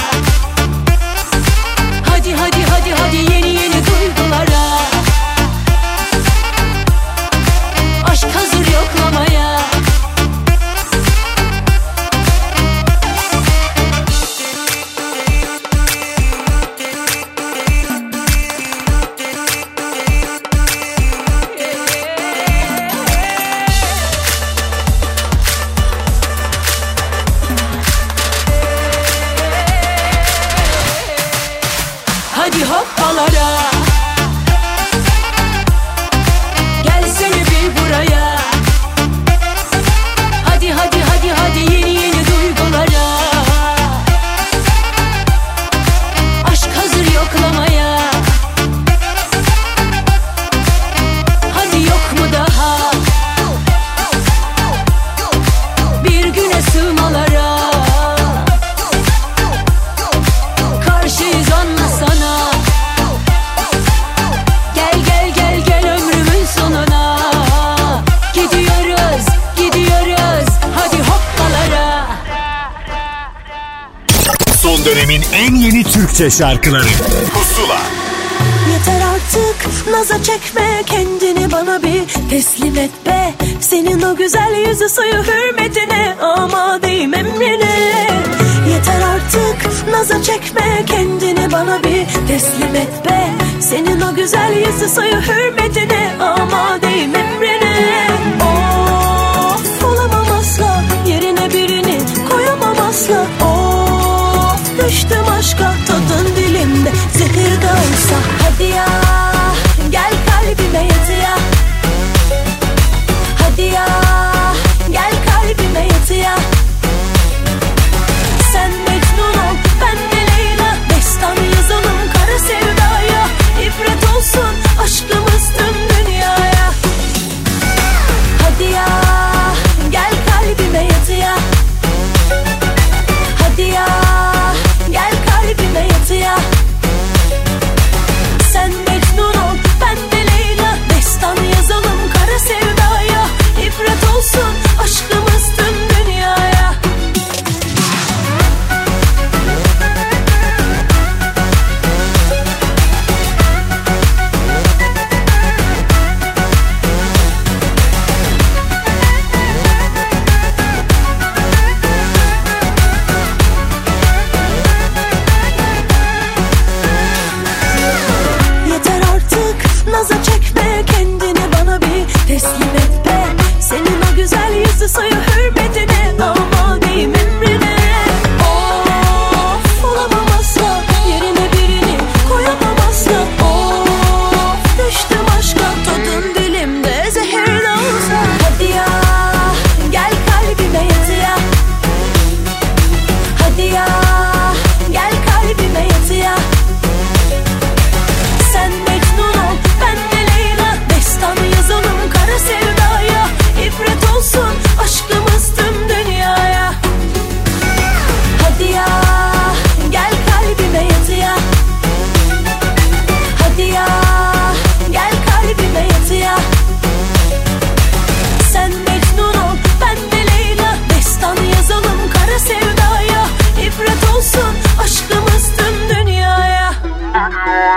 Hadi hadi hadi hadi yeni yeni duygulara. Aşk hazır yoklamaya. Hadi hoppalara. Gelsene bir buraya. Hadi hadi hadi hadi yeni yeni duygulara. Aşk hazır yoklamaya. Hadi yok mu daha bir güne sığmalara. Karşıyız anlasana. Gel gel gel gel ömrümün sonuna. Gidiyoruz gidiyoruz hadi hoppalara. Son dönemin en yeni Türkçe şarkıları Pusula. Yeter artık naza çekme, kendini bana bir teslim et be. Senin o güzel yüzü suyu hürmetine amadeyim emrine. Yeter artık naza çekme, kendini bana bir teslim et be. Senin o güzel yüzü suyu hürmetine amadeyim emrine. Of olamam asla, yerine birini koyamam asla. Of düştüm aşka, tadın dilimde zehir de olsa. Hadi ya gel kalbime yat ya. Hadi ya gel kalbime yat ya. Sen Mecnun ol ben de Leyla. Destan yazalım kara sevdaya. İbret olsun aşkımız tüm dünyaya.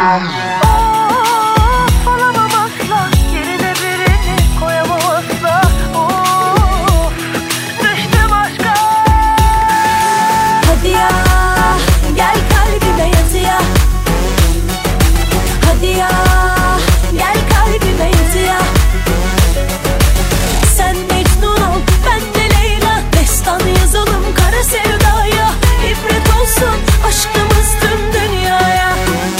Of olamam asla, yerine birini koyamam asla. Of düştüm aşka. Hadi ya gel kalbime yat ya. Hadi ya gel kalbime yat ya. Sen Mecnun ol, ben de Leyla. Destan yazalım kara sevdaya. İbret olsun aşkımız tüm dünyaya.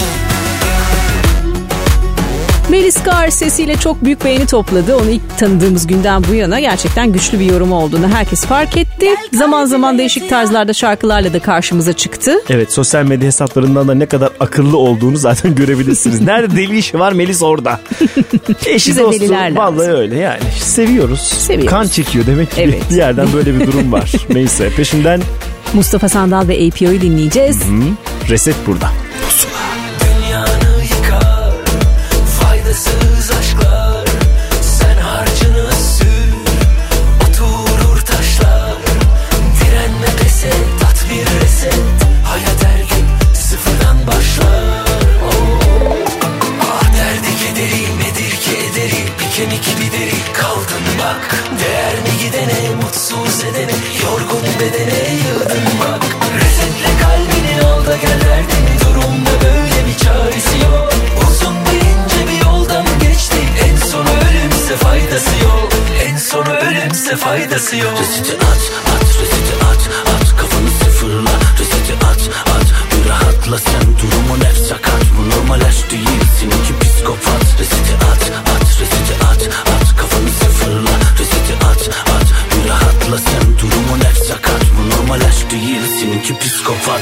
Melis Gar sesiyle çok büyük beğeni topladı. Onu ilk tanıdığımız günden bu yana gerçekten güçlü bir yorum olduğunu herkes fark etti. Zaman zaman değişik tarzlarda şarkılarla da karşımıza çıktı. Evet, sosyal medya hesaplarından da ne kadar akıllı olduğunu zaten görebilirsiniz. Nerede deli işi var, Melis orada. Eşi Bize dostu, deliler vallahi lazım. öyle yani. Seviyoruz. Seviyoruz. Kan çekiyor demek ki Evet. bir yerden böyle bir durum var. Neyse, peşinden Mustafa Sandal ve A P O'yu dinleyeceğiz. Hı, Reset burada. Dünyanı yıkar faydasız aşklar. Sen harcını sür, oturur taşlar. Direnme pes et, tat bir reset. Hayat her gün sıfırdan başlar. Oh. Ah derdi kederi nedir ki ederi, bir kemik bir deri kaldın bak. Değer mi gidene, mutsuz edene, yorgun bedene yığdın bak. Resetle kalbini al da gel derdin. Durumda böyle bir çaresi yok. Uzun ve ince bir yoldan geçtik. En sonu ölümse faydası yok. En sonu ölümse faydası yok. Reseti at, at, reseti at, at. Kafanı sıfırla, reseti at, at. Bir rahatla sen, durumun hep sakat. Bu normal aşk değil, seninki psikopat. Reseti at, at, reseti at, at. Kafanı sıfırla, reseti at, at. Bir rahatla sen, durumun hep sakat. Bu normal aşk değil, seninki psikopat.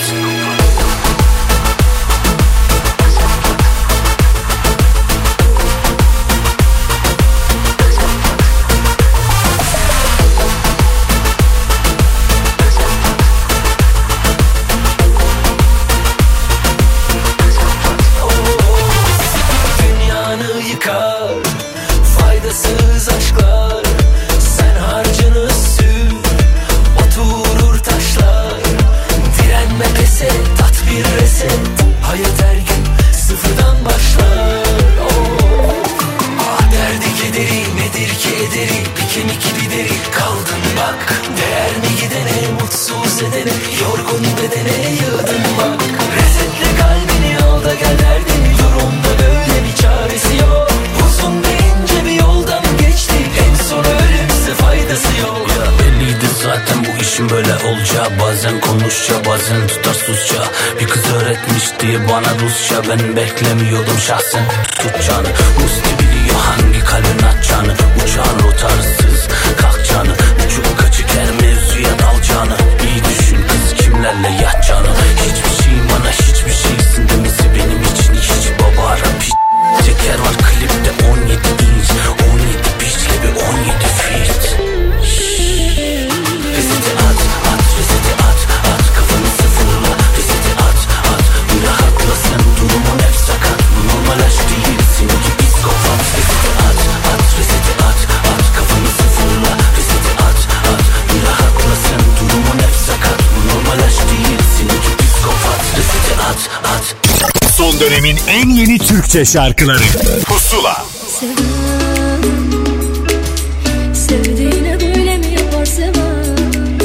Dünyanı yıkar faydasız aşklar. Sen harcını sür, oturur taşlar. Direnme pes et, tat bir reset. Hayat her gün sıfırdan başlar. Oh. Ah derdi kederi nedir ki ederi, bir kemik bir deri kaldın bak. Değer mi gidene, mutsuz edene, yorgun bedene yığdın bak. Resetle kalbini al da gel derdin. Durumda böyle bir çaresi yok. Uzun ve ince bir yoldan geçtik. En sonu ölümse faydası yok. Ya belliydi zaten bu işin böyle olacağı. Bazen konuşça, bazen tutarsızca. Bir kız öğretmişti bana Rusça. Ben beklemiyordum şahsen tutacağını. Musti biliyor hangi kalbin atacağını. Uçağın rotarsız kalkacağını. Uçup kaçık her mevzuya dalacağını. İyi düşün kız kimlerle yatacağını. Hiçbir şey bana hiçbir şeysin demesi benim için hiç baba ara piç. Teker var klipte on yedi inç, on yedi piçle bir on yedi feet. Reseti at, at, reseti at, at. Kafanı sıfırla, reseti at, at. Bir rahatla sen, durumun hep sakat. Bu normal aşk değil, seninki psikopat. Reseti at, at, reseti at, at. Kafanı sıfırla, reseti at, at. Bir rahatla sen, durumun hep sakat. Bu normal aşk değil, seninki psikopat. Reseti at, at. Son dönemin en yeni Türkçe şarkıları Pusula. Sevdiğine böyle mi yapar seven?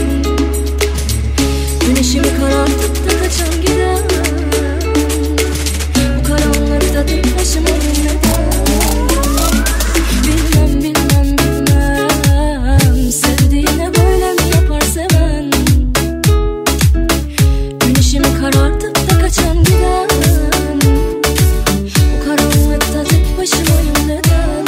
Güneşimi karartıp da kaçan gider. Bu karanlıkta tek başıma neden? Bilmem bilmem bilmem. Sevdiğine böyle mi yapar seven? Güneşimi karartıp da kaçan gider. Bu karanlıkta tek başımayım neden?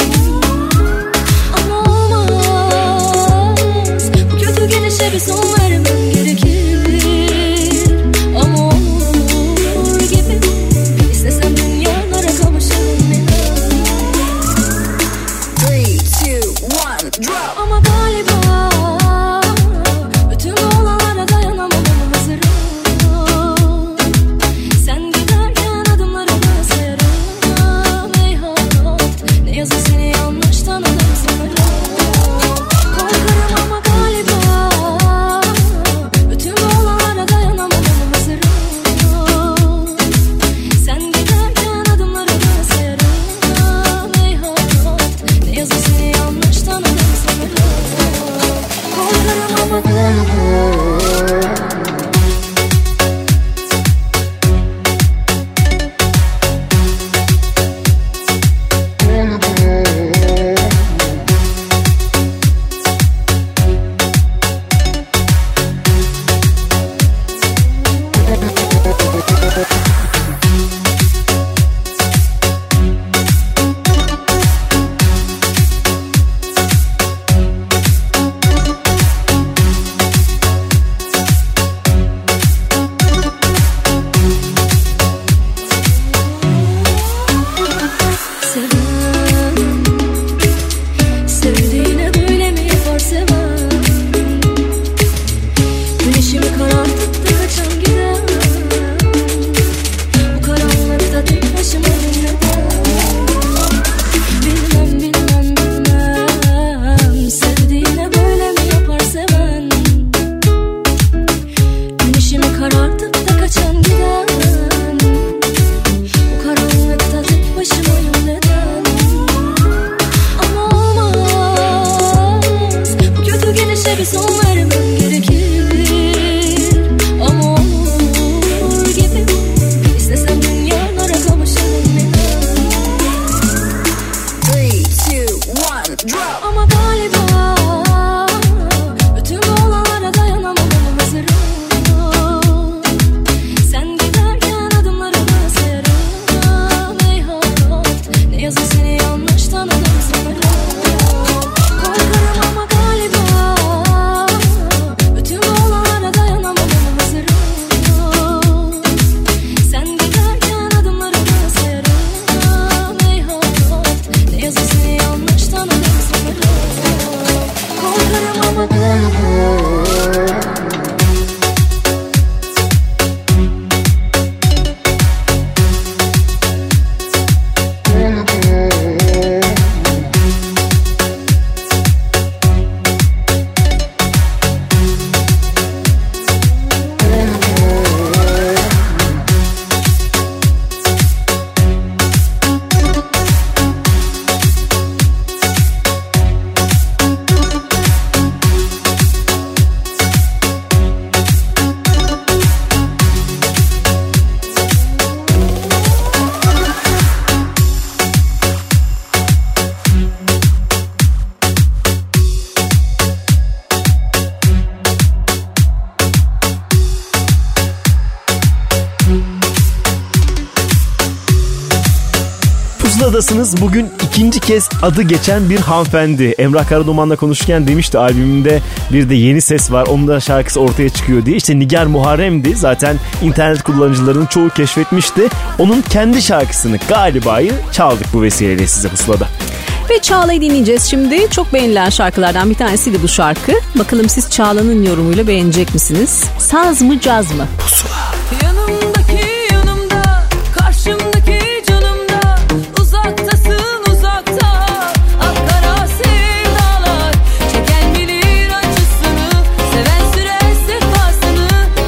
Pusuladasınız. Bugün ikinci kez adı geçen bir hanımefendi. Emrah Karaduman'la konuşurken demişti albümünde bir de yeni ses var. Onun da şarkısı ortaya çıkıyor diye. İşte Nigar Muharrem'di. Zaten internet kullanıcılarının çoğu keşfetmişti. Onun kendi şarkısını Galiba'yı çaldık bu vesileyle size Pusula'da. Ve Çağla'yı dinleyeceğiz şimdi. Çok beğenilen şarkılardan bir tanesiydi bu şarkı. Bakalım siz Çağla'nın yorumuyla beğenecek misiniz? Saz mı caz mı? Pusula. Yanımdaki yanımda, karşımdaki canımda, uzaktasın uzakta, akkara sevdalar, çeken bilir acısını, seven sürer sefasını.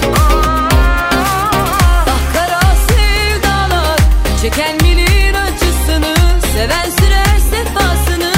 Akkara sevdalar, çeken bilir acısını, seven sürer sefasını.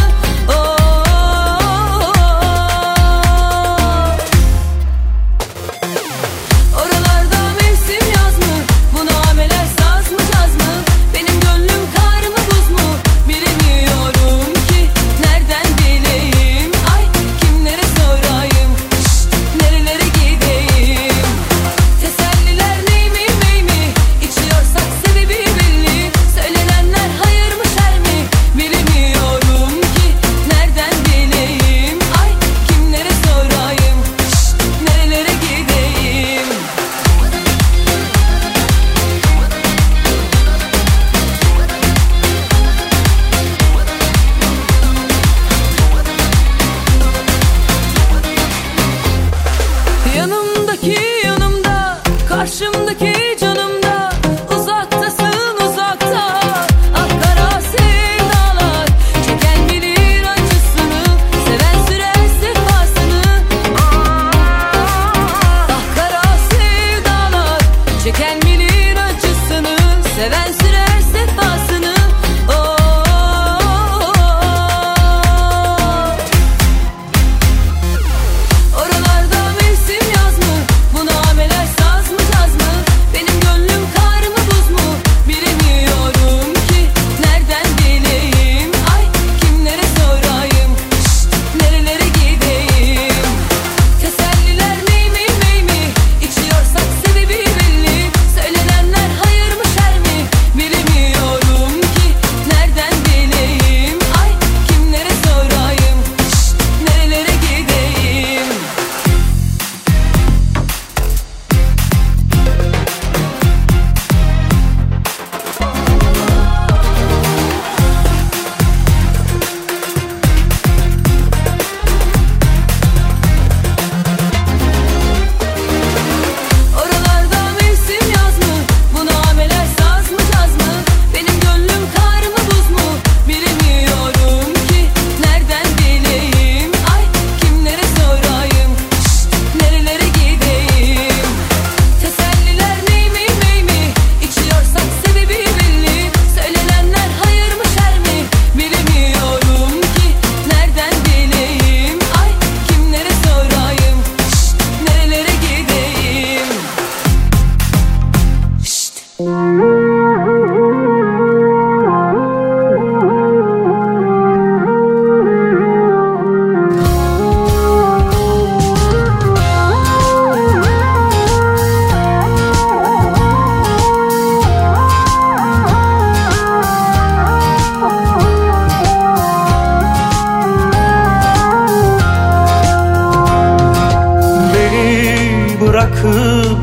bırakıp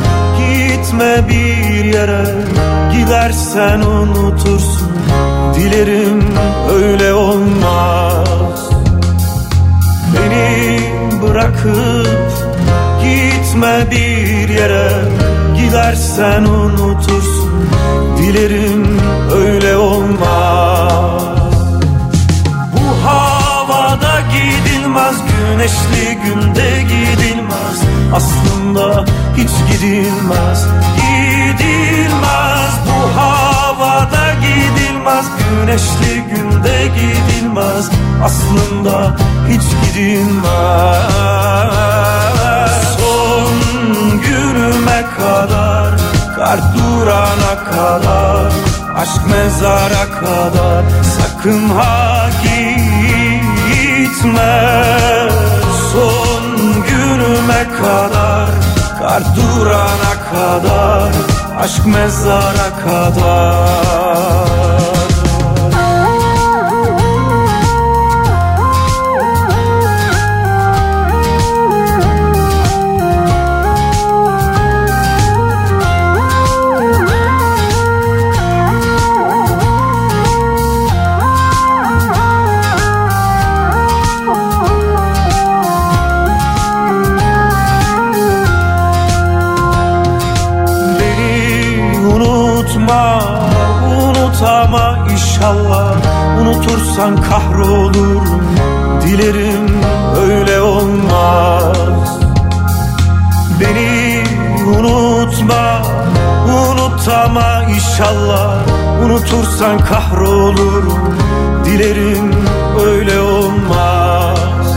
gitme bir yere, gidersen unutursun. Dilerim öyle olmaz. Beni bırakıp gitme bir yere, gidersen unutursun. Dilerim öyle olmaz. Bu havada gidilmez, güneşli günde gidilmez. Aslında hiç gidilmez, gidilmez. Bu havada gidilmez, güneşli günde gidilmez. Aslında hiç gidilmez. Son günüme kadar, kar durana kadar, aşk mezara kadar, sakın ha gitme. Son günüme kadar, kar durana kadar, aşk mezara kadar. unut ama inşallah unutursan kahrolurum. Dilerim öyle olmaz. Beni unutma, unut ama inşallah unutursan kahrolurum. Dilerim öyle olmaz.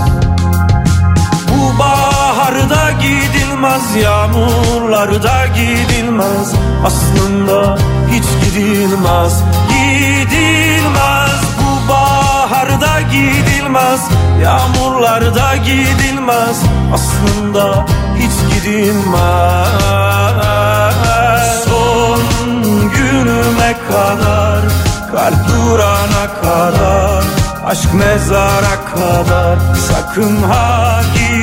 Bu baharda gidilmez, yağmurlarda gidilmez. Aslında hiç gidilmez, gidilmez. Bu baharda gidilmez, yağmurlarda gidilmez. Aslında hiç gidilmez. Son günüme kadar, kalp durana kadar, aşk mezara kadar, sakın ha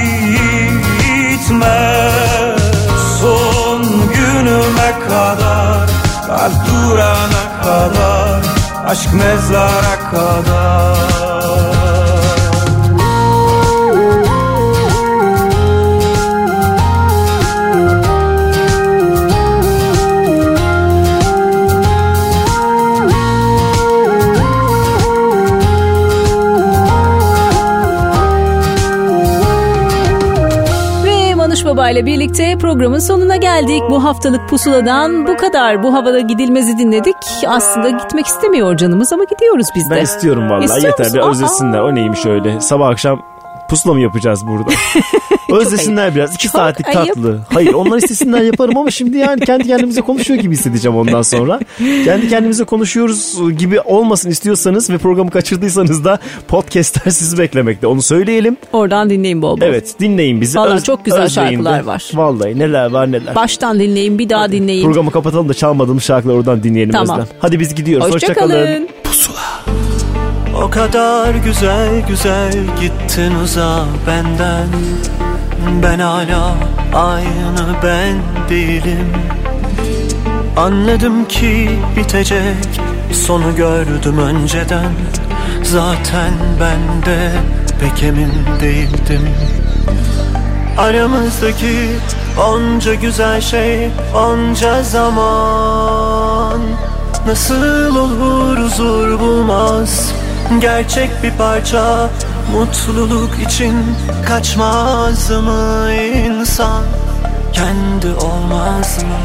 gitme. Son günüme kadar, kalp durana kadar, aşk mezara kadar. Baba ile birlikte programın sonuna geldik. Bu haftalık Pusula'dan bu kadar. Bu havada gidilmezi dinledik. Aslında gitmek istemiyor canımız ama gidiyoruz biz de. Ben istiyorum vallahi. İstiyor yeter musun? Bir özlesinler. O neymiş öyle. Sabah akşam pusula mı yapacağız burada? Özlesinler biraz. İki saatlik ayıp. Tatlı. Hayır, onlar istesinler yaparım ama şimdi yani kendi kendimize konuşuyor gibi hissedeceğim ondan sonra. Kendi kendimize konuşuyoruz gibi olmasın istiyorsanız ve programı kaçırdıysanız da podcastler sizi beklemekte. Onu söyleyelim. Oradan dinleyin bol bol. Evet, dinleyin bizi. Valla Öz, çok güzel şarkılar de. Var. Vallahi neler var neler. Baştan dinleyin, bir daha Hadi. dinleyin. Programı kapatalım da çalmadığımız şarkıları oradan dinleyelim. Tamam. Özlem. Hadi biz gidiyoruz. Hoşçakalın. Hoşça Pusula. O kadar güzel güzel gittin uzağa benden. Ben hala aynı ben değilim. Anladım ki bitecek, sonu gördüm önceden. Zaten ben de pek emin değildim. Aramızdaki onca güzel şey, onca zaman nasıl olur huzur bulmaz. Gerçek bir parça mutluluk için kaçmaz mı insan? Kendi olmaz mı?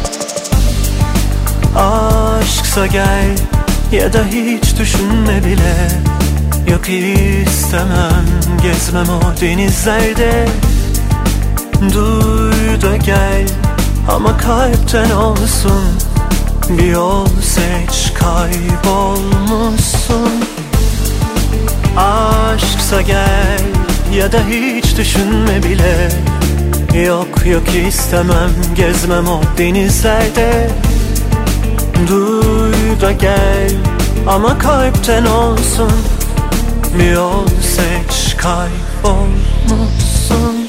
Aşksa gel ya da hiç düşünme bile. Yok istemem, gezmem o denizlerde. Duy da gel ama kalpten olsun. Bir yol seç, kaybolmuşsun. Aşksa gel ya da hiç düşünme bile. Yok yok istemem, gezmem o denizlerde. Duy da gel ama kalpten olsun. Bir yol seç, kaybolmuşsun.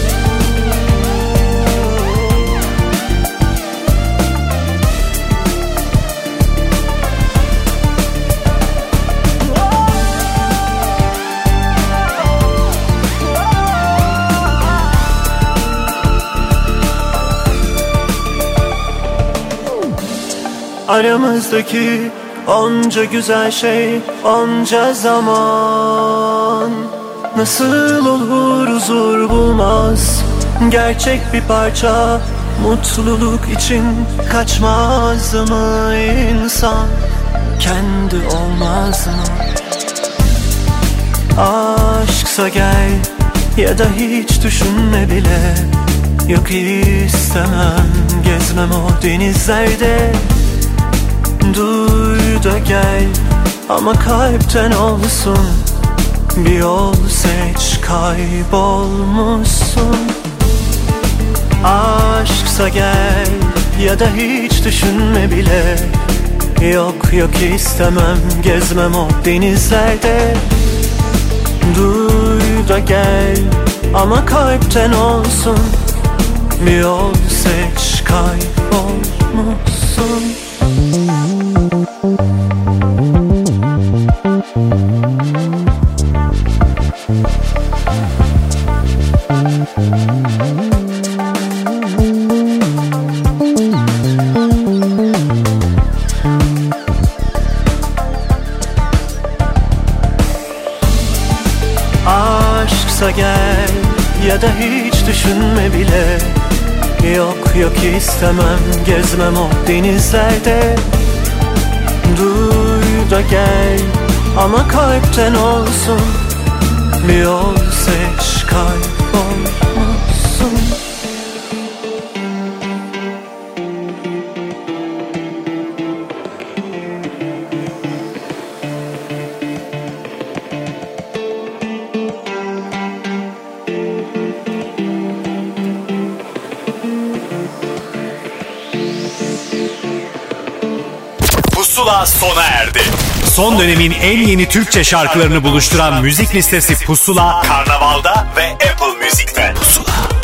Aramızdaki onca güzel şey, onca zaman nasıl olur huzur bulmaz. Gerçek bir parça mutluluk için kaçmaz mı insan? Kendi olmaz mı? Aşksa gel ya da hiç düşünme bile. Yok istemem, gezmem o denizlerde. Duy da gel ama kalpten olsun. Bir yol seç, kaybolmuşsun. Aşksa gel ya da hiç düşünme bile. Yok yok istemem, gezmem o denizlerde. Duy da gel ama kalpten olsun. Bir yol seç, kaybolmuşsun. da gel ya da hiç düşünme bile. Yok yok istemem, gezmem o denizlerde. Duy da gel ama kalpten olsun. Bir yol seç, kaybolmasın. Pusula sona erdi. Son dönemin en yeni Türkçe şarkılarını buluşturan müzik listesi Pusula, Karnaval'da ve Apple Music'te. Pusula.